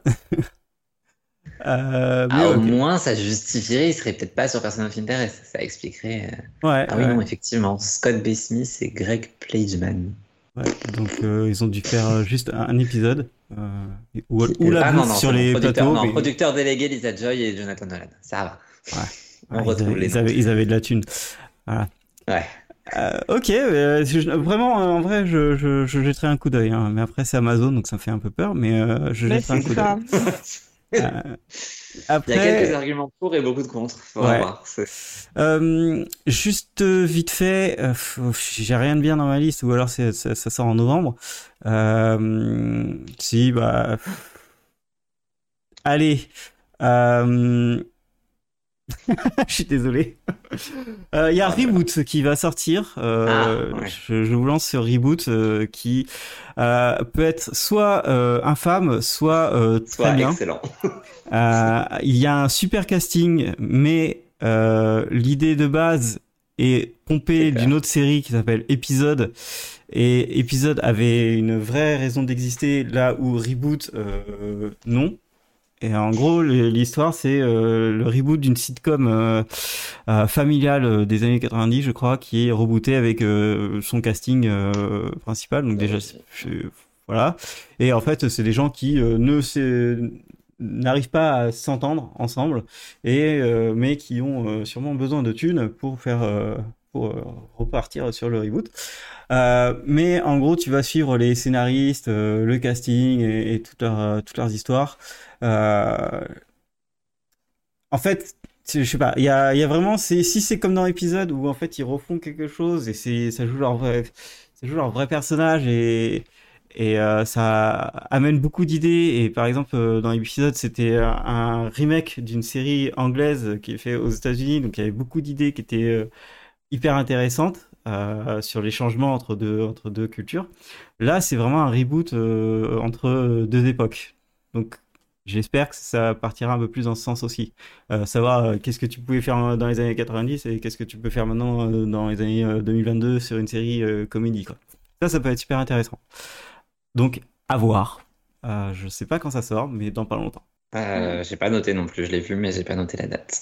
Euh, mais Ah, au ok. moins, ça justifierait, il serait peut-être pas sur Person of Interest. Ça expliquerait. euh, Ouais, Ah oui, ouais, non, effectivement. Scott B. Smith et Greg Plageman. ouais. Donc euh, ils ont dû faire euh, juste un, un épisode euh, ou, ou la Ah non, bouffe non, sur c'est bon. les Producteur, plateaux, non, mais producteur délégué Lisa Joy et Jonathan Nolan. Ça va. ouais. On Ouais, ils, retrouve avaient, les ils, noms. avaient, ils avaient de la thune. Voilà. Ouais. Euh, ok, euh, je- vraiment, euh, en vrai, je, je, je jetterai un coup d'œil. Hein. Mais après, c'est Amazon, donc ça me fait un peu peur, mais euh, je Mais jetterai un c'est coup ça. d'œil. Euh, Il y a quelques après, arguments pour et beaucoup de contre. Faudra ouais. voir. C'est- Euh, juste euh, vite fait, euh, pff, j'ai rien de bien dans ma liste, ou alors c'est, ça, ça sort en novembre. Euh, si, bah, pff, allez. Euh, je suis désolé. Euh, Il y a Ah, voilà. Reboot qui va sortir. Euh, Ah, ouais. je, je vous lance sur Reboot euh, qui euh, peut être soit euh, infâme, soit euh, très Soit bien. excellent. Euh, Il y a un super casting, mais euh, l'idée de base est pompée Super. d'une autre série qui s'appelle Épisode. Et Épisode avait une vraie raison d'exister là où Reboot, euh, non. Et en gros, le- l'histoire, c'est euh, le reboot d'une sitcom euh, euh, familiale euh, des années quatre-vingt-dix, je crois, qui est rebootée avec euh, son casting euh, principal. Donc déjà, c'est- c'est- voilà. Et en fait, c'est des gens qui euh, ne s'est- n'arrivent pas à s'entendre ensemble, et euh, mais qui ont euh, sûrement besoin de thunes pour faire euh, pour euh, repartir sur le reboot. Euh, mais en gros, tu vas suivre les scénaristes, euh, le casting et, et toutes leurs toutes leurs histoires. Euh, en fait, c'est- je sais pas, il y a, il y a vraiment, c'est, si c'est comme dans l'épisode où en fait ils refont quelque chose et c'est, ça joue leur vrai, ça joue leur vrai personnage et, et euh, ça amène beaucoup d'idées. Et par exemple, euh, dans l'épisode, c'était un, un remake d'une série anglaise qui est fait aux États-Unis, donc il y avait beaucoup d'idées qui étaient euh, hyper intéressantes euh, sur les changements entre deux, entre deux cultures. Là, c'est vraiment un reboot euh, entre deux époques. Donc, j'espère que ça partira un peu plus dans ce sens aussi. Euh, savoir euh, qu'est-ce que tu pouvais faire dans les années quatre-vingt-dix et qu'est-ce que tu peux faire maintenant euh, dans les années euh, deux mille vingt-deux sur une série euh, comédie, quoi. Ça, ça peut être super intéressant. Donc, à voir. Euh, je sais pas quand ça sort, mais dans pas longtemps. Euh, j'ai pas noté non plus. Je l'ai vu, mais j'ai pas noté la date.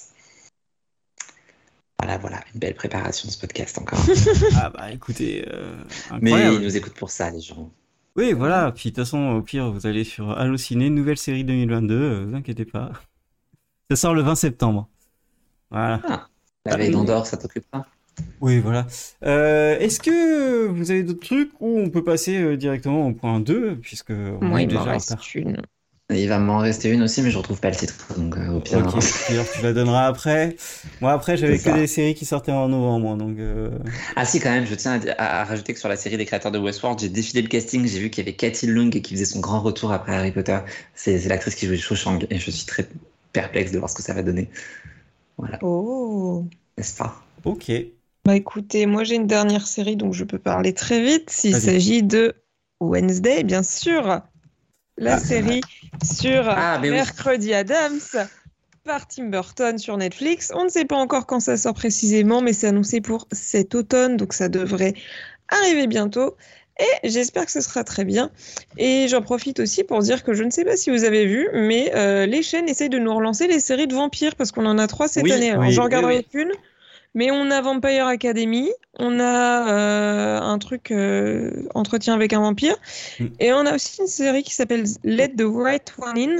Voilà, voilà, une belle préparation de ce podcast encore. Ah bah écoutez, euh, Mais incroyable. ils nous écoutent pour ça, les gens. Oui, voilà. Puis de toute façon, au pire, vous allez sur Allociné, nouvelle série deux mille vingt-deux. Euh, vous inquiétez pas. Ça sort le vingt septembre. Voilà. Ah, la veille d'Andorre, ça t'occupera. Oui, voilà. Euh, est-ce que vous avez d'autres trucs ou on peut passer euh, directement au point deux, puisque on Moi, est il m'en déjà en reste retard. une. Il va m'en rester une aussi, mais je retrouve pas le titre. Donc, euh, au pire. Ok, d'ailleurs, tu la donneras après. Moi, après, j'avais C'est que ça. des séries qui sortaient en novembre, donc... Euh... Ah si, quand même, je tiens à, di- à- à rajouter que sur la série des créateurs de Westworld, j'ai défilé le casting, j'ai vu qu'il y avait Cathy Lung qui faisait son grand retour après Harry Potter. C'est c'est l'actrice qui jouait Cho Chang, et je suis très perplexe de voir ce que ça va donner. Voilà, Oh. n'est-ce pas? Ok. Bah écoutez, moi j'ai une dernière série donc je peux parler très vite. S'il Vas-y. s'agit de Wednesday, bien sûr. La Ah. série sur Ah, mais oui. Mercredi Addams par Tim Burton sur Netflix. On ne sait pas encore quand ça sort précisément, mais c'est annoncé pour cet automne, donc ça devrait arriver bientôt. Et j'espère que ce sera très bien. Et j'en profite aussi pour dire que je ne sais pas si vous avez vu, mais euh, les chaînes essayent de nous relancer les séries de vampires parce qu'on en a trois cette Oui, année. Alors oui, j'en oui, regarderai oui. aucune. Mais on a Vampire Academy, on a euh, un truc euh, Entretien avec un vampire, Mm. et on a aussi une série qui s'appelle Let the Right One In,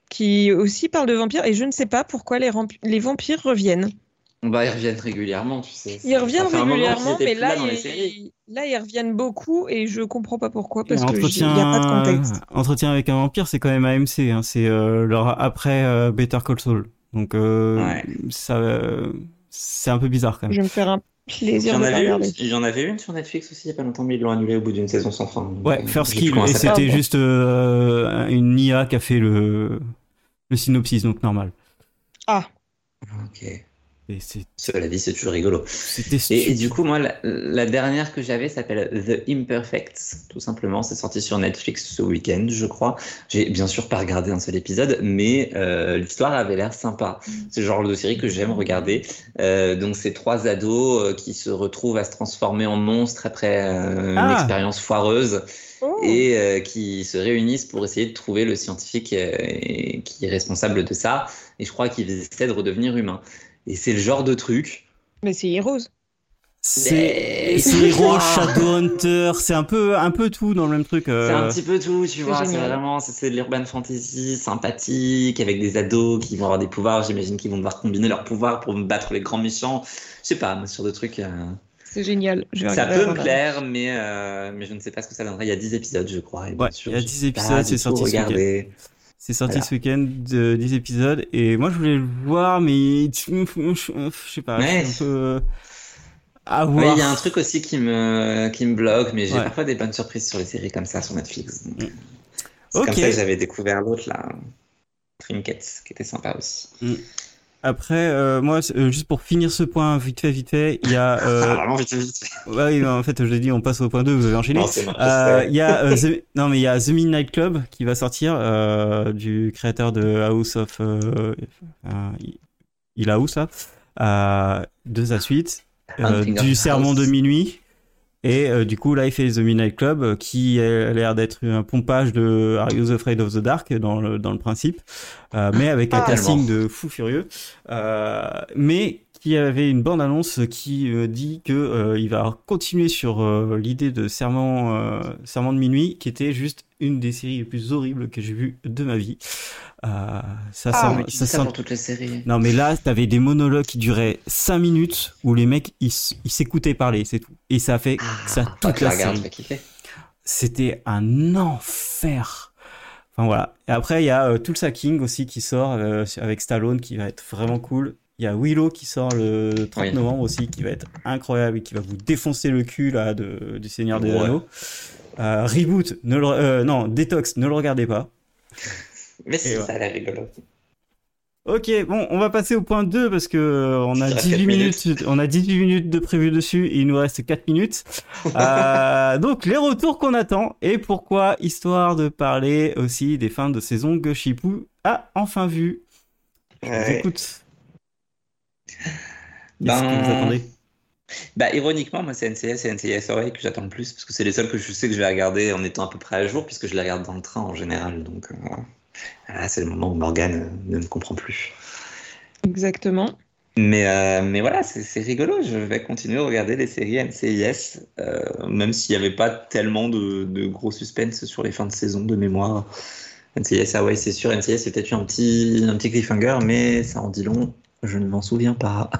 qui aussi parle de vampires et je ne sais pas pourquoi les, ramp- les vampires reviennent. Bah, ils reviennent régulièrement, tu sais. Ils reviennent Ça fait un moment qu'ils régulièrement, étaient mais plus là, là dans les ils, séries. là, ils reviennent beaucoup et je comprends pas pourquoi Et parce qu'il n'y a pas de entretien, contexte. entretien avec un vampire, c'est quand même A M C. Hein. C'est euh, leur après euh, Better Call Saul. Donc euh, Ouais. ça, euh, c'est un peu bizarre quand même. Je vais me faire un Il plaisir y en de la avait une, regarder. il y en avait une sur Netflix aussi il y a pas longtemps, mais ils l'ont annulé au bout d'une saison sans fin. Donc, Ouais, euh, First j'ai plus Kill. comment Et ça s'appelle. c'était juste euh, une I A qui a fait le, le synopsis, donc normal. Ah, Ok. Et c'est- Cela dit, c'est toujours rigolo. c'était Et, stupide. et du coup, moi, la, la dernière que j'avais s'appelle The Imperfects, tout simplement. C'est sorti sur Netflix ce week-end, je crois. J'ai bien sûr pas regardé un seul épisode, mais euh, l'histoire avait l'air sympa. C'est le genre de série que j'aime regarder. Euh, donc, c'est trois ados euh, qui se retrouvent à se transformer en monstres après euh, une Ah. expérience foireuse oh. et euh, qui se réunissent pour essayer de trouver le scientifique euh, qui est responsable de ça. Et je crois qu'ils essaient de redevenir humains. Et c'est le genre de truc. Mais c'est Heroes. C'est Mais- c'est Hero, Ah. Shadowhunter, c'est un peu un peu tout dans le même truc. euh. C'est un petit peu tout, tu vois. C'est génial. vraiment, c'est c'est de l'urban fantasy sympathique avec des ados qui vont avoir des pouvoirs. J'imagine qu'ils vont devoir combiner leurs pouvoirs pour battre les grands méchants. Je sais pas, moi, sur de trucs. euh, C'est génial. Je vais Ça regarder peut avant me de- plaire, mais, euh, mais je ne sais pas ce que ça donnerait. Il y a dix épisodes, je crois. Et bien Ouais, sûr, il y a j'ai dix pas épisodes, du c'est tout sorti ce week-end. regardé. C'est sorti Voilà. ce week-end, de dix épisodes, et moi je voulais le voir, mais je sais pas, Ouais. je suis un peu à Oui, voir. il y a un truc aussi qui me, qui me bloque, mais j'ai Ouais. parfois des bonnes surprises sur les séries comme ça sur Netflix. Donc, Mm. c'est Ok. comme ça que j'avais découvert l'autre, là, Trinkets, qui était sympa aussi. Après, euh, moi, c'est- euh, juste pour finir ce point, vite fait, vite fait, il y a... Ah, Euh... vraiment, vite, vite. ouais, oui, en fait, je l'ai dit, on passe au point deux, vous avez enchaîné. Non, c'est bon, je Euh, sais. Il y a euh, The... non mais il y a The Midnight Club qui va sortir euh, du créateur de House of euh, euh, Il House là, euh, deux à suite euh, Hunting of du House. Sermon de minuit et euh, du coup là il fait The Midnight Club euh, qui a l'air d'être un pompage de Are You Afraid of the Dark dans le dans le principe euh, mais avec un Ah. casting Tellement. de fou furieux euh, mais qui avait une bande annonce qui euh, dit que euh, il va continuer sur euh, l'idée de Serment euh, Serment de minuit qui était juste une des séries les plus horribles que j'ai vues de ma vie. Euh, ça, Ah, ça, Mais tu ça dis ça sent- pour toutes les séries. Non mais là t'avais des monologues qui duraient cinq minutes où les mecs ils s- ils s'écoutaient parler, c'est tout. Et ça a fait ça Ah, toute tu la la regardes, série. je vais kiffer. C'était un enfer. Enfin voilà. Et après il y a euh, Tulsa King aussi qui sort euh, avec Stallone qui va être vraiment cool. Il y a Willow qui sort le trente Oui. novembre aussi qui va être incroyable et qui va vous défoncer le cul là de, du Seigneur des Ouais. Anneaux. Euh, Reboot, ne le, euh, non Detox, ne le regardez pas. Mais si, Et ça a l'air rigolo. Ok, bon, on va passer au point deux parce que euh, on a Il reste dix-huit quatre minutes, minutes. on a dix-huit minutes de prévu dessus et il nous reste quatre minutes. Euh, donc les retours qu'on attend et pourquoi, histoire de parler aussi des fins de saison que Chipou a enfin vu. Je vous Ouais. écoute. Qu'est-ce Ben, que vous attendez? Bah, ironiquement, moi, c'est N C S et N C S O A que j'attends le plus, parce que c'est les seuls que je sais que je vais regarder en étant à peu près à jour, puisque je les regarde dans le train en général. Donc, euh, voilà, c'est le moment où Morgane euh, ne me comprend plus. Exactement. Mais, euh, mais voilà, c'est c'est rigolo. Je vais continuer à regarder les séries N C I S, euh, même s'il n'y avait pas tellement de, de gros suspense sur les fins de saison de mémoire. N C I S, ah ouais, c'est sûr, N C I S, c'est peut-être eu un petit, un petit cliffhanger, mais ça en dit long. Je ne m'en souviens pas.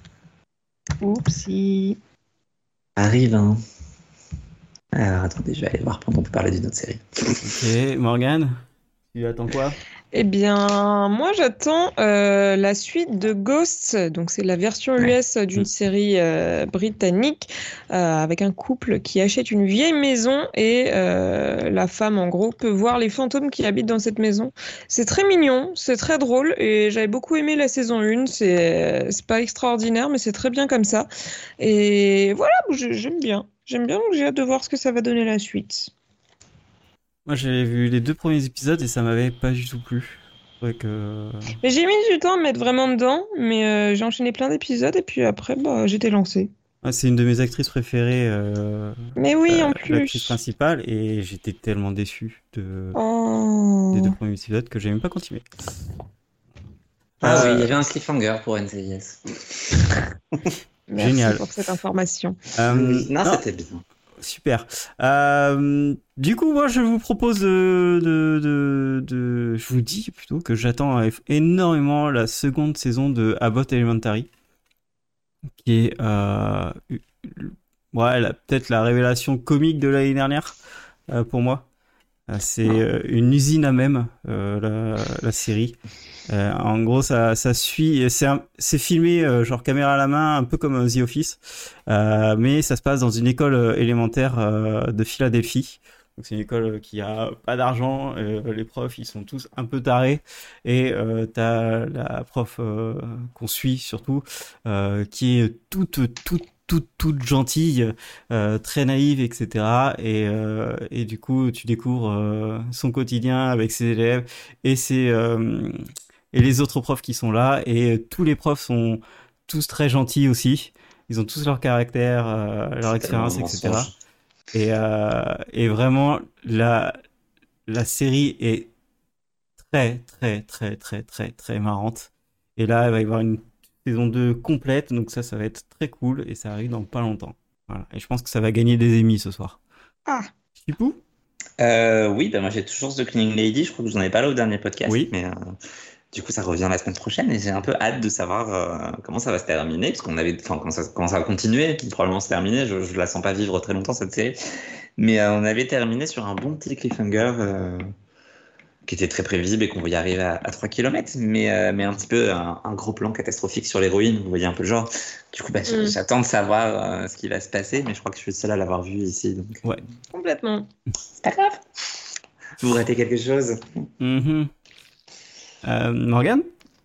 Oupsie. Arrive, hein. Alors, attendez, je vais aller voir pendant qu'on peut parler d'une autre série. Ok, Morgane, tu attends quoi? Eh bien, moi j'attends euh, la suite de Ghosts, donc c'est la version U S d'une Mm. série euh, britannique euh, avec un couple qui achète une vieille maison et euh, la femme en gros peut voir les fantômes qui habitent dans cette maison. C'est très mignon, c'est très drôle et j'avais beaucoup aimé la saison un, c'est c'est pas extraordinaire mais c'est très bien comme ça. Et voilà, je- j'aime bien, j'aime bien donc j'ai hâte de voir ce que ça va donner la suite. Moi j'avais vu les deux premiers épisodes et ça m'avait pas du tout plu. C'est vrai que... Mais j'ai mis du temps à me mettre vraiment dedans, mais euh, j'ai enchaîné plein d'épisodes et puis après, bah, j'étais lancée. Ah, c'est une de mes actrices préférées, euh, Mais oui, euh, en l'actrice plus. principale, et j'étais tellement déçu de... Oh. des deux premiers épisodes que j'ai même pas continué. Ah Euh, oui, il y avait un cliffhanger pour N C I S. Merci génial. pour cette information. Euh, Oui. Non, non, c'était bien. super. Euh, du coup, moi, je vous propose de, de, de, de- je vous dis plutôt que j'attends énormément la seconde saison de Abbott Elementary, qui est, euh, ouais, la- peut-être la révélation comique de l'année dernière euh, pour moi. Euh, C'est euh, une usine à mèmes, euh, la, la série. Euh, en gros, ça, ça suit, c'est, un- c'est filmé euh, genre caméra à la main, un peu comme euh, The Office, euh, mais ça se passe dans une école euh, élémentaire euh, de Philadelphie. Donc c'est une école qui a pas d'argent, euh, les profs ils sont tous un peu tarés et euh, t'as la prof euh, qu'on suit surtout euh, qui est toute toute toute toute gentille, euh, très naïve, et cetera. Et euh, et du coup tu découvres euh, son quotidien avec ses élèves et ses euh, et les autres profs qui sont là, et euh, tous les profs sont tous très gentils aussi. Ils ont tous leur caractère, euh, leur C'est tellement un expérience, et cetera. mensonge. Et, euh, et vraiment, la, la série est très, très, très, très, très, très marrante. Et là, il va y avoir une saison deux complète, donc ça, ça va être très cool, et ça arrive dans pas longtemps. Voilà. Et je pense que ça va gagner des Emmy ce soir. Ah, Chipou? Euh, oui, bah moi j'ai toujours The Cleaning Lady, je crois que je vous en ai parlé au dernier podcast, Oui. mais euh, du coup ça revient la semaine prochaine et j'ai un peu hâte de savoir euh, comment ça va se terminer, parce qu'on avait, enfin comment ça, comment ça va continuer, probablement se terminer, je, je la sens pas vivre très longtemps cette série, mais euh, on avait terminé sur un bon petit cliffhanger euh, qui était très prévisible et qu'on voyait arriver à, à trois kilomètres, mais, euh, mais un petit peu un, un gros plan catastrophique sur l'héroïne, vous voyez un peu le genre. Du coup, bah, Mm. j'attends de savoir euh, ce qui va se passer, mais je crois que je suis le seul à l'avoir vu ici, donc Ouais. complètement. c'est pas grave. Vous ratez quelque chose? Mhm. Euh, Morgane?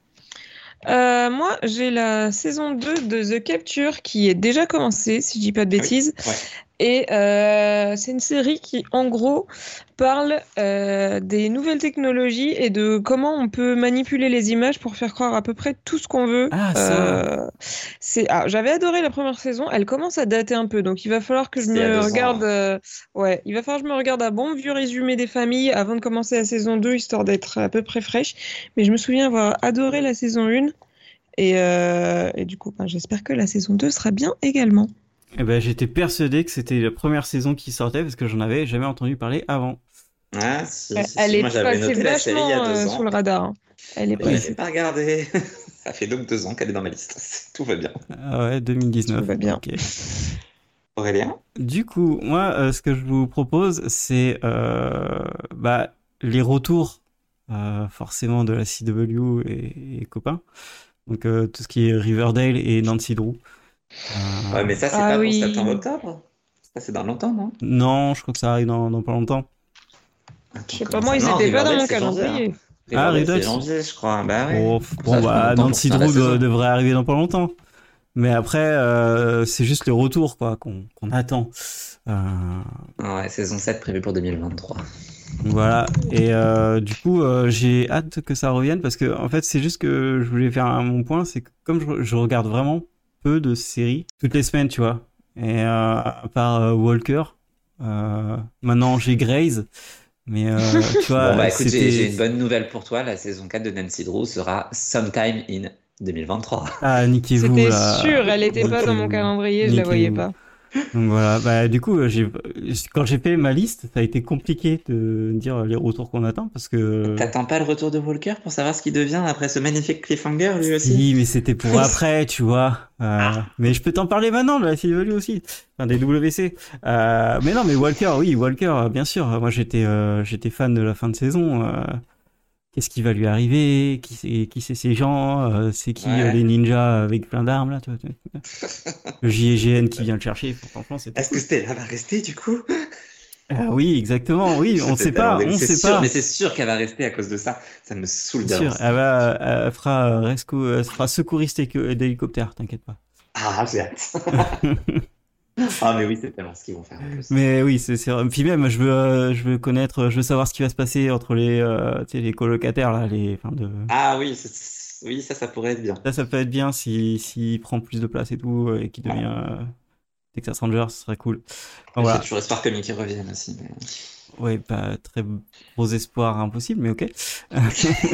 Euh, moi, j'ai la saison deux de The Capture qui est déjà commencée, si je dis pas de Ah oui. bêtises. Ouais. Et euh, c'est une série qui, en gros, parle euh, des nouvelles technologies et de comment on peut manipuler les images pour faire croire à peu près tout ce qu'on veut. Ah, ça. Euh, c'est... Ah, j'avais adoré la première saison. Elle commence à dater un peu, donc il va falloir que je C'était il y a me deux ans, regarde. hein. euh, Ouais, il va falloir que je me regarde un bon vieux résumé des familles avant de commencer la saison deux, histoire d'être à peu près fraîche. Mais je me souviens avoir adoré la saison un. Et, euh, et du coup, ben, j'espère que la saison deux sera bien également. Eh ben, j'étais persuadé que c'était la première saison qui sortait parce que j'en avais jamais entendu parler avant. Ah, si, Ouais, si, elle si. est Moi j'avais passée noté la série il y a vachement deux euh, ans. sous le radar, hein. Elle est Et je passée. l'ai pas regardé. Ça fait donc deux ans qu'elle est dans ma liste. Tout va bien. Ah ouais, deux mille dix-neuf. Tout va bien. Ok. Aurélien? Du coup, moi, euh, ce que je vous propose, c'est euh, bah, les retours euh, forcément de la C W et, et copains. Donc euh, tout ce qui est Riverdale et Nancy Drew. Euh, Ouais, mais ça, c'est Ah pas pour oui. septembre-octobre. Ça, c'est dans longtemps, non? Non, je crois que ça arrive dans, dans pas longtemps. Je sais pas, Comment moi, ça ils Non, étaient pas dans Riverdale, mon c'est janvier, calendrier. hein. Ah, Riverdale, Riverdale, c'est janvier, je crois. Bah ouais. Oh, Ça bon, fait bah, longtemps pour Nancy faire la Drew saison. de- devrait arriver dans pas longtemps. Mais après, euh, c'est juste les retours quoi, qu'on qu'on attend. Euh, Ouais, saison sept prévue pour deux mille vingt-trois. Voilà, et euh, du coup, euh, j'ai hâte que ça revienne parce que, en fait, c'est juste que je voulais faire un, mon point, c'est que comme je, je regarde vraiment peu de séries toutes les semaines, tu vois, et euh, à part euh, Walker, euh, maintenant j'ai Grey's, mais euh, tu vois, Bon, bah écoute, j'ai c'était. j'ai une bonne nouvelle pour toi. La saison quatre de Nancy Drew sera sometime in deux mille vingt-trois. Ah, niquez-vous C'était là. sûr, elle était pas dans mon Niquez-vous. calendrier, je la voyais Niquez-vous. pas. Donc voilà, bah du coup, j'ai quand j'ai fait ma liste, ça a été compliqué de dire les retours qu'on attend parce que. T'attends pas le retour de Walker pour savoir ce qu'il devient après ce magnifique cliffhanger, lui aussi? Si, mais c'était pour après, tu vois. Euh, mais je peux t'en parler maintenant de la C W aussi, enfin des W C. Euh, mais non, mais Walker, oui, Walker, bien sûr. Moi, j'étais, euh, j'étais fan de la fin de saison. Euh, qu'est-ce qui va lui arriver? Qui c'est, qui c'est ces gens? Euh, c'est qui Ouais. euh, les ninjas avec plein d'armes là, tu vois, tu vois. Le J G N qui vient le chercher. Franchement, c'était. Est-ce que Stella va rester du coup? Ah oui, exactement. Oui, on C'était sait pas, tellement- on c'est sait sûr, pas. Mais c'est sûr qu'elle va rester à cause de ça. Ça me saoule Bien sûr, d'avance. elle va, elle fera rescue, elle fera secouriste éco- d'hélicoptère, t'inquiète pas. Ah, j'ai hâte. Ah, mais oui, c'est tellement ce qu'ils vont faire en plus. Mais oui, c'est c'est vrai. Puis même, je veux, euh, je veux connaître, je veux savoir ce qui va se passer entre les, euh, tu sais, les colocataires là, les, enfin de. Ah oui, c'est- oui, ça, ça pourrait être bien. Ça, ça peut être bien si, s'il prend plus de place et tout euh, et qu'il devient euh, Texas Ranger, ce serait cool. Enfin, J'ai voilà. toujours espoir que Mickey revienne aussi. mais- Ouais, pas très gros espoir impossible, mais ok.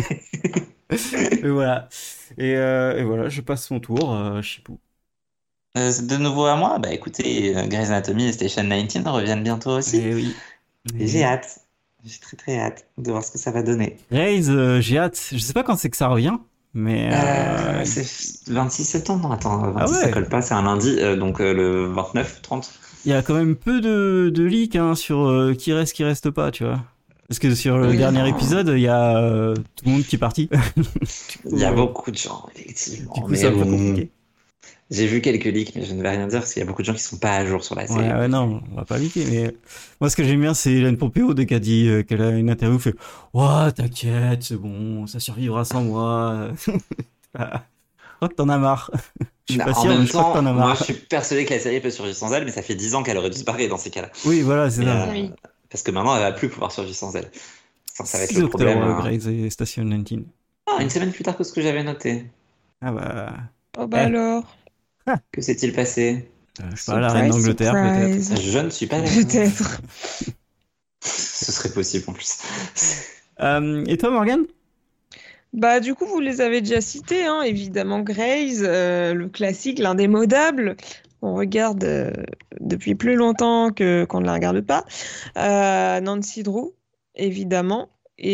Et voilà. Et, euh, et voilà, je passe son tour, euh, Chipou. Euh, c'est de nouveau à moi. Bah écoutez, euh, Grey's Anatomy et Station dix-neuf reviennent bientôt aussi. Eh oui. Et j'ai hâte. J'ai très très hâte de voir ce que ça va donner. Grey's, euh, j'ai hâte. Je sais pas quand c'est que ça revient, mais. Euh, Euh... c'est vingt-six septembre. Non, attends, vingt-six Ah ouais. ça colle pas, c'est un lundi, euh, donc euh, le vingt-neuf, trente. Il y a quand même peu de, de leaks hein, sur euh, qui reste, qui reste pas, tu vois. Parce que sur le Oui, dernier non. épisode, il y a euh, tout le monde qui est parti. Il y a euh, beaucoup de gens, effectivement. Du coup, mais c'est un peu bon, compliqué. j'ai vu quelques leaks, mais je ne vais rien dire parce qu'il y a beaucoup de gens qui sont pas à jour sur la série. Ouais, ouais, non, on va pas leaker, mais moi, ce que j'aime bien, c'est Hélène Pompeo, dès qu'elle dit euh, qu'elle a une interview, fait « Ouah, t'inquiète, c'est bon, ça survivra sans moi. » Je crois que t'en as marre. Je suis Non, pas en sûr, même mais je crois que temps, t'en as moi marre. je suis persuadé que la série peut survivre sans elle, mais ça fait dix ans qu'elle aurait dû se barrer dans ces cas-là. Oui, voilà, c'est Mais, ça. euh, Oui. Parce que maintenant elle va plus pouvoir survivre sans elle. Ça, ça va être six le octobre, problème. euh, hein. Grey's et Station dix-neuf. Ah, une semaine plus tard que ce que j'avais noté. Ah bah... Oh bah Eh. alors. Que s'est-il passé? Euh, je sais pas, la reine Surprise, d'Angleterre, peut-être. surprise. Je ne suis pas là. Peut-être. Ce serait possible en plus. Euh, et toi, Morgane? Bah du coup, vous les avez déjà cités, hein, évidemment Grey's, euh, le classique, l'indémodable. On regarde euh, depuis plus longtemps que qu'on ne la regarde pas. Euh, Nancy Drew, évidemment.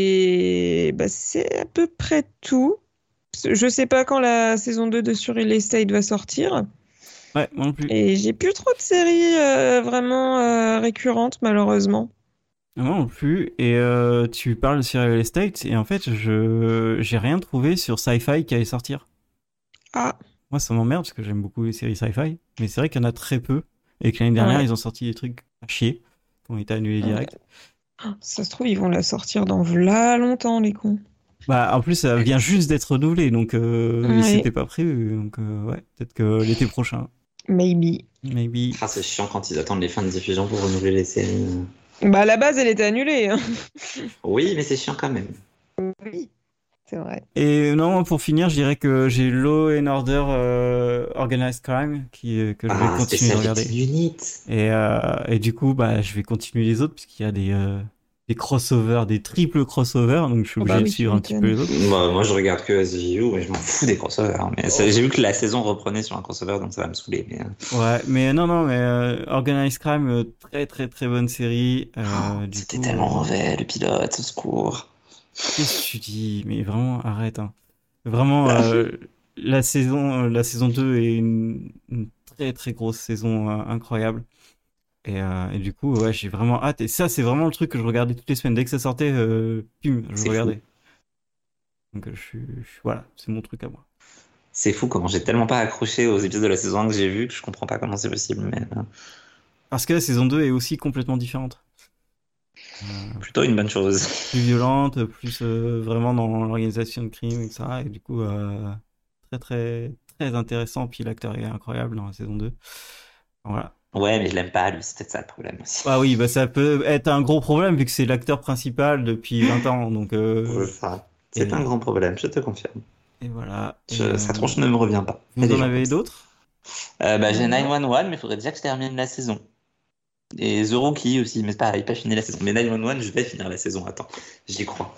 Et bah, c'est à peu près tout. Je sais pas quand la saison deux de Sur Real Estate va sortir. Ouais, moi non plus. Et j'ai plus trop de séries euh, vraiment euh, récurrentes, malheureusement. Moi non plus. Et euh, tu parles sur Real Estate, et en fait, je j'ai rien trouvé sur Sci-Fi qui allait sortir. Ah, Moi, ça m'emmerde parce que j'aime beaucoup les séries sci-fi, mais c'est vrai qu'il y en a très peu, et que l'année dernière, Ouais. ils ont sorti des trucs à chier, qui ont été annulés direct. ça se trouve, ils vont la sortir dans là longtemps, les cons. Bah, en plus, ça vient juste d'être renouvelé, donc euh, Ouais. c'était pas prévu. Donc, euh, ouais, peut-être que l'été prochain, Maybe. maybe. Ah, c'est chiant quand ils attendent les fins de diffusion pour renouveler les séries. Bah, à la base, elle était annulée. Hein. Oui, mais c'est chiant quand même. Oui, c'est vrai. Et non, pour finir, je dirais que j'ai Law and Order euh, Organized Crime qui, euh, que je vais Ah, continuer de regarder. Specialty Unit. Et, euh, et du coup, bah, je vais continuer les autres puisqu'il y a des, euh, des crossovers, des triples crossovers, donc je suis Oh obligé bah de oui, suivre tu un petit peu les autres. Moi, moi, je regarde que S V U, mais je m'en fous des crossovers. hein. Mais c'est- j'ai vu que la saison reprenait sur un crossover, donc ça va me saouler. Mais... euh, Ouais, mais non, non, mais euh, Organized Crime, euh, très très très bonne série. Euh, oh, du C'était coup, tellement euh, mauvais, le pilote, au secours. Qu'est-ce que tu dis? Mais vraiment, arrête. Hein. Vraiment, euh, la saison, la saison deux est une, une très très grosse saison euh, incroyable. Et, euh, et du coup, ouais, j'ai vraiment hâte. Et ça, c'est vraiment le truc que je regardais toutes les semaines. Dès que ça sortait, euh, pum, je C'est regardais. Donc, euh, je suis, je suis- voilà, c'est mon truc à moi. C'est fou comment j'ai tellement pas accroché aux épisodes de la saison un que j'ai vu que je comprends pas comment c'est possible. Mais euh, Parce que la saison deux est aussi complètement différente. Euh, plutôt une bonne chose. plus violente, plus euh, vraiment dans l'organisation de crime, et cetera. Et du coup, euh, très très très intéressant. Puis l'acteur est incroyable dans la saison deux. Voilà. Ouais, mais je l'aime pas, lui, c'est peut-être ça le problème aussi. Ah oui, bah ça peut être un gros problème vu que c'est l'acteur principal depuis vingt ans. Donc, euh, C'est ça. C'est et- un grand problème, je te confirme. et voilà. Et, Je- euh, Sa tronche ne me revient pas. Il y a Vous des en gens avez comme ça. d'autres? Euh, bah, j'ai neuf un un, mais il faudrait déjà que je termine la saison. Et The Rookie aussi, mais c'est pareil, pas fini la saison. Mais neuf un un, je vais finir la saison, attends, j'y crois.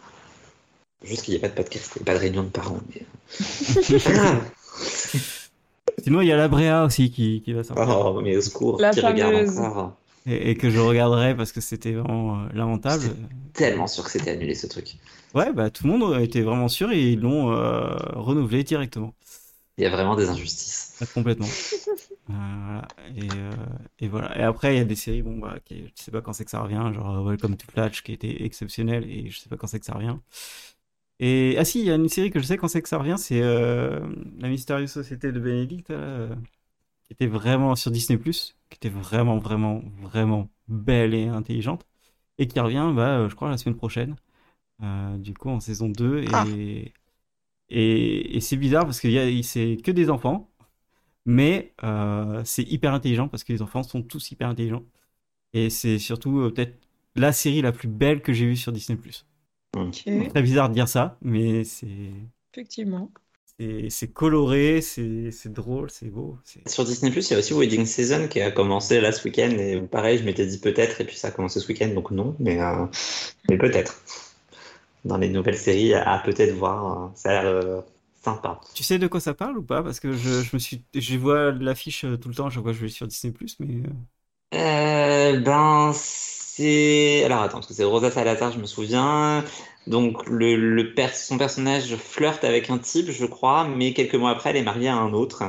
Juste qu'il n'y ait pas de podcast, et pas de réunion de parents. Mais... C'est pas grave. Sinon, il y a la Bréa aussi qui, qui va sortir. Oh, mais au secours, La qui regarde fameuse. encore. Et, et que je regarderai parce que c'était vraiment euh, lamentable. Tellement sûr que c'était annulé ce truc. Ouais, bah tout le monde était vraiment sûr et ils l'ont euh, renouvelé directement. Il y a vraiment des injustices. Ah, complètement. Euh, voilà. Et, euh, et voilà. Et après, il y a des séries, bon, bah, qui, je sais pas quand c'est que ça revient, genre euh, Welcome to Flatch qui était exceptionnel et je sais pas quand c'est que ça revient. Et ah si, il y a une série que je sais quand c'est que ça revient, c'est euh, La Mystérieuse Société de Bénédicte, là, euh, qui était vraiment sur Disney plus, qui était vraiment, vraiment, vraiment belle et intelligente, et qui revient, bah, euh, je crois, la semaine prochaine, euh, du coup, en saison deux. Ah. Et, et, et c'est bizarre parce que y a- c'est que des enfants, mais euh, c'est hyper intelligent parce que les enfants sont tous hyper intelligents. Et c'est surtout euh, peut-être la série la plus belle que j'ai vue sur Disney plus. Ok, Très bizarre de dire ça, mais c'est effectivement. c'est c'est coloré, c'est c'est drôle, c'est beau. c'est- Sur Disney+, il y a aussi Wedding Season qui a commencé là ce week-end. Et pareil, je m'étais dit peut-être, et puis ça a commencé ce week-end, donc non, mais, euh, mais peut-être. Dans les nouvelles séries, à peut-être voir. euh, Ça a l'air, euh, sympa. Tu sais de quoi ça parle ou pas? Parce que je, je me suis, je vois l'affiche euh, tout le temps, je vois que je vais sur Disney+, mais... euh, Euh, ben, c'est... Alors attends, parce que c'est Rosa Salazar, je me souviens. Donc, le, le per- son personnage flirte avec un type, je crois, mais quelques mois après, elle est mariée à un autre.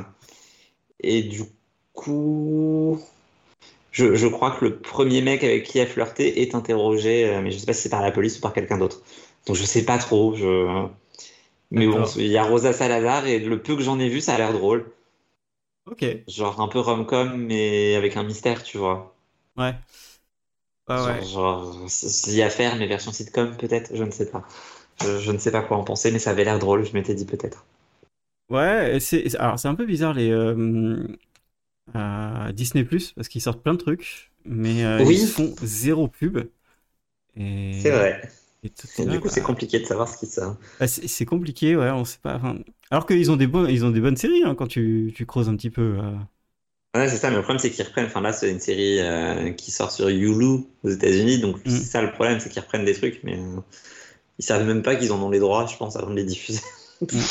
Et du coup, je, je crois que le premier mec avec qui elle flirtait est interrogé, euh, mais je sais pas si c'est par la police ou par quelqu'un d'autre. Donc, je sais pas trop. Je... Mais bon, D'accord. il y a Rosa Salazar, et le peu que j'en ai vu, ça a l'air drôle. Ok. Genre un peu rom-com, mais avec un mystère, tu vois. Ouais. Ouais, Genre, ouais. genre, s'il y a à faire, mais version sitcom, peut-être, je ne sais pas. Je, je ne sais pas quoi en penser, mais ça avait l'air drôle, je m'étais dit peut-être. Ouais, et c'est, alors c'est un peu bizarre les euh, euh, Disney+, parce qu'ils sortent plein de trucs, mais euh, ils se Oui, font zéro pub. c'est Et, vrai. et tout est Donc, du là, coup, c'est bah, compliqué de savoir ce qui sort. bah, c'est, c'est compliqué, ouais, on sait pas. Enfin, alors qu'ils ont des bons, ils ont des bonnes séries hein, quand tu, tu creuses un petit peu. euh. Ouais, c'est ça, mais le problème, c'est qu'ils reprennent. Enfin, là, c'est une série euh, qui sort sur Hulu aux États-Unis, donc c'est Mm. ça le problème, c'est qu'ils reprennent des trucs, mais euh, ils savent même pas qu'ils en ont les droits, je pense, avant de les diffuser. Mm.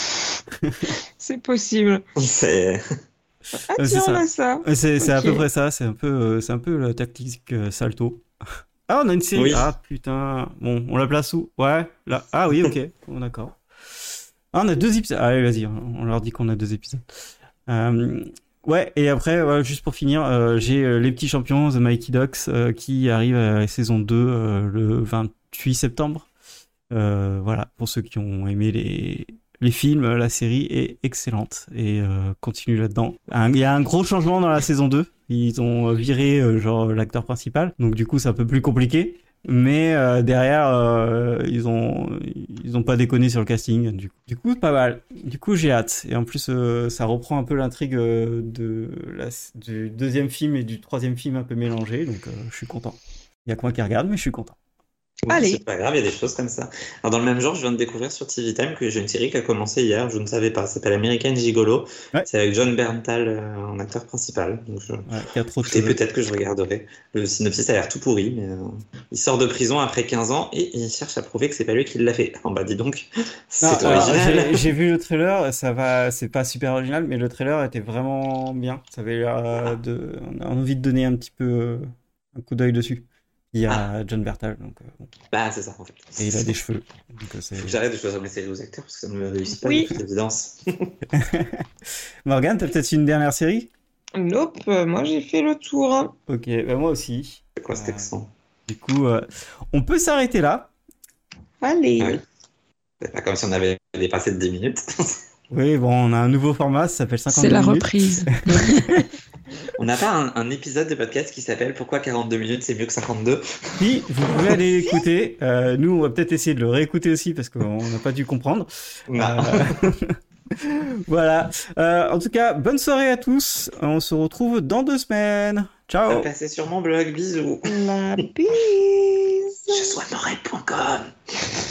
C'est possible. C'est. Ah Ouais, c'est tiens, on ça. a ça. Ouais, C'est, c'est à peu Ok. près ça. C'est un peu, euh, c'est un peu la tactique euh, salto. Ah, on a une série. Oui. Ah putain. Bon, on la place où? Ouais. Là. Ah oui, ok. Bon, d'accord. Ah, on a deux épisodes. Allez, vas-y. On leur dit qu'on a deux épisodes. Euh, ouais, et après, ouais, juste pour finir, euh, j'ai euh, les petits champions, The Mighty Ducks, euh, qui arrive à la saison deux euh, le vingt-huit septembre. Euh, voilà, pour ceux qui ont aimé les, les films, la série est excellente et euh, continue là-dedans. Un- Il y a un gros changement dans la saison deux. Ils ont viré euh, genre l'acteur principal, donc du coup c'est un peu plus compliqué. Mais euh, derrière, euh, ils ont ils ont pas déconné sur le casting. Du, du coup, pas mal. Du coup, j'ai hâte. Et en plus, euh, ça reprend un peu l'intrigue euh, de la, du deuxième film et du troisième film un peu mélangé. Donc, euh, je suis content. Il y a que moi qui regarde, mais je suis content. Oui, c'est Allez. pas grave, il y a des choses comme ça. Alors, dans le même genre, je viens de découvrir sur T V Time que j'ai une série qui a commencé hier, je ne savais pas. Ça s'appelle American Gigolo. Ouais, C'est avec John Berntal euh, en acteur principal. Donc, je... ouais, qui a trop de écoutez, cheveux. peut-être que je regarderai. Le synopsis a l'air tout pourri, mais euh, il sort de prison après quinze ans et il cherche à prouver que c'est pas lui qui l'a fait. Ah bah dis donc, Non, c'est alors original. j'ai j'ai vu le trailer, ça va, c'est pas super original, mais le trailer était vraiment bien. Ça avait l'air euh, Ah, de, on a envie de donner un petit peu euh, un coup d'œil dessus. Il y ah, a John Bertal, donc euh, bon. bah c'est ça en fait. Et il a des cheveux, donc euh, Il faut que c'est. j'arrête de choisir mes séries aux acteurs parce que ça ne me réussit pas de Oui. toute évidence. Morgane, t'as peut-être une dernière série? Nope. euh, Moi, j'ai fait le tour. Ok, bah moi aussi. C'est quoi Euh, cet accent? du coup, euh, on peut s'arrêter là. Ah oui, Allez. c'est pas comme si on avait dépassé de dix minutes. Oui, bon, on a un nouveau format, ça s'appelle C'est cinquante-deux la minutes. reprise. On n'a pas un, un épisode de podcast qui s'appelle Pourquoi quarante-deux minutes c'est mieux que cinquante-deux? Si, vous pouvez aller l'écouter. Euh, nous, on va peut-être essayer de le réécouter aussi parce qu'on n'a pas dû comprendre. Non. Euh, voilà. Euh, en tout cas, bonne soirée à tous. On se retrouve dans deux semaines. Ciao. Passez sur mon blog, bisous. La bise. Je sois morel point com.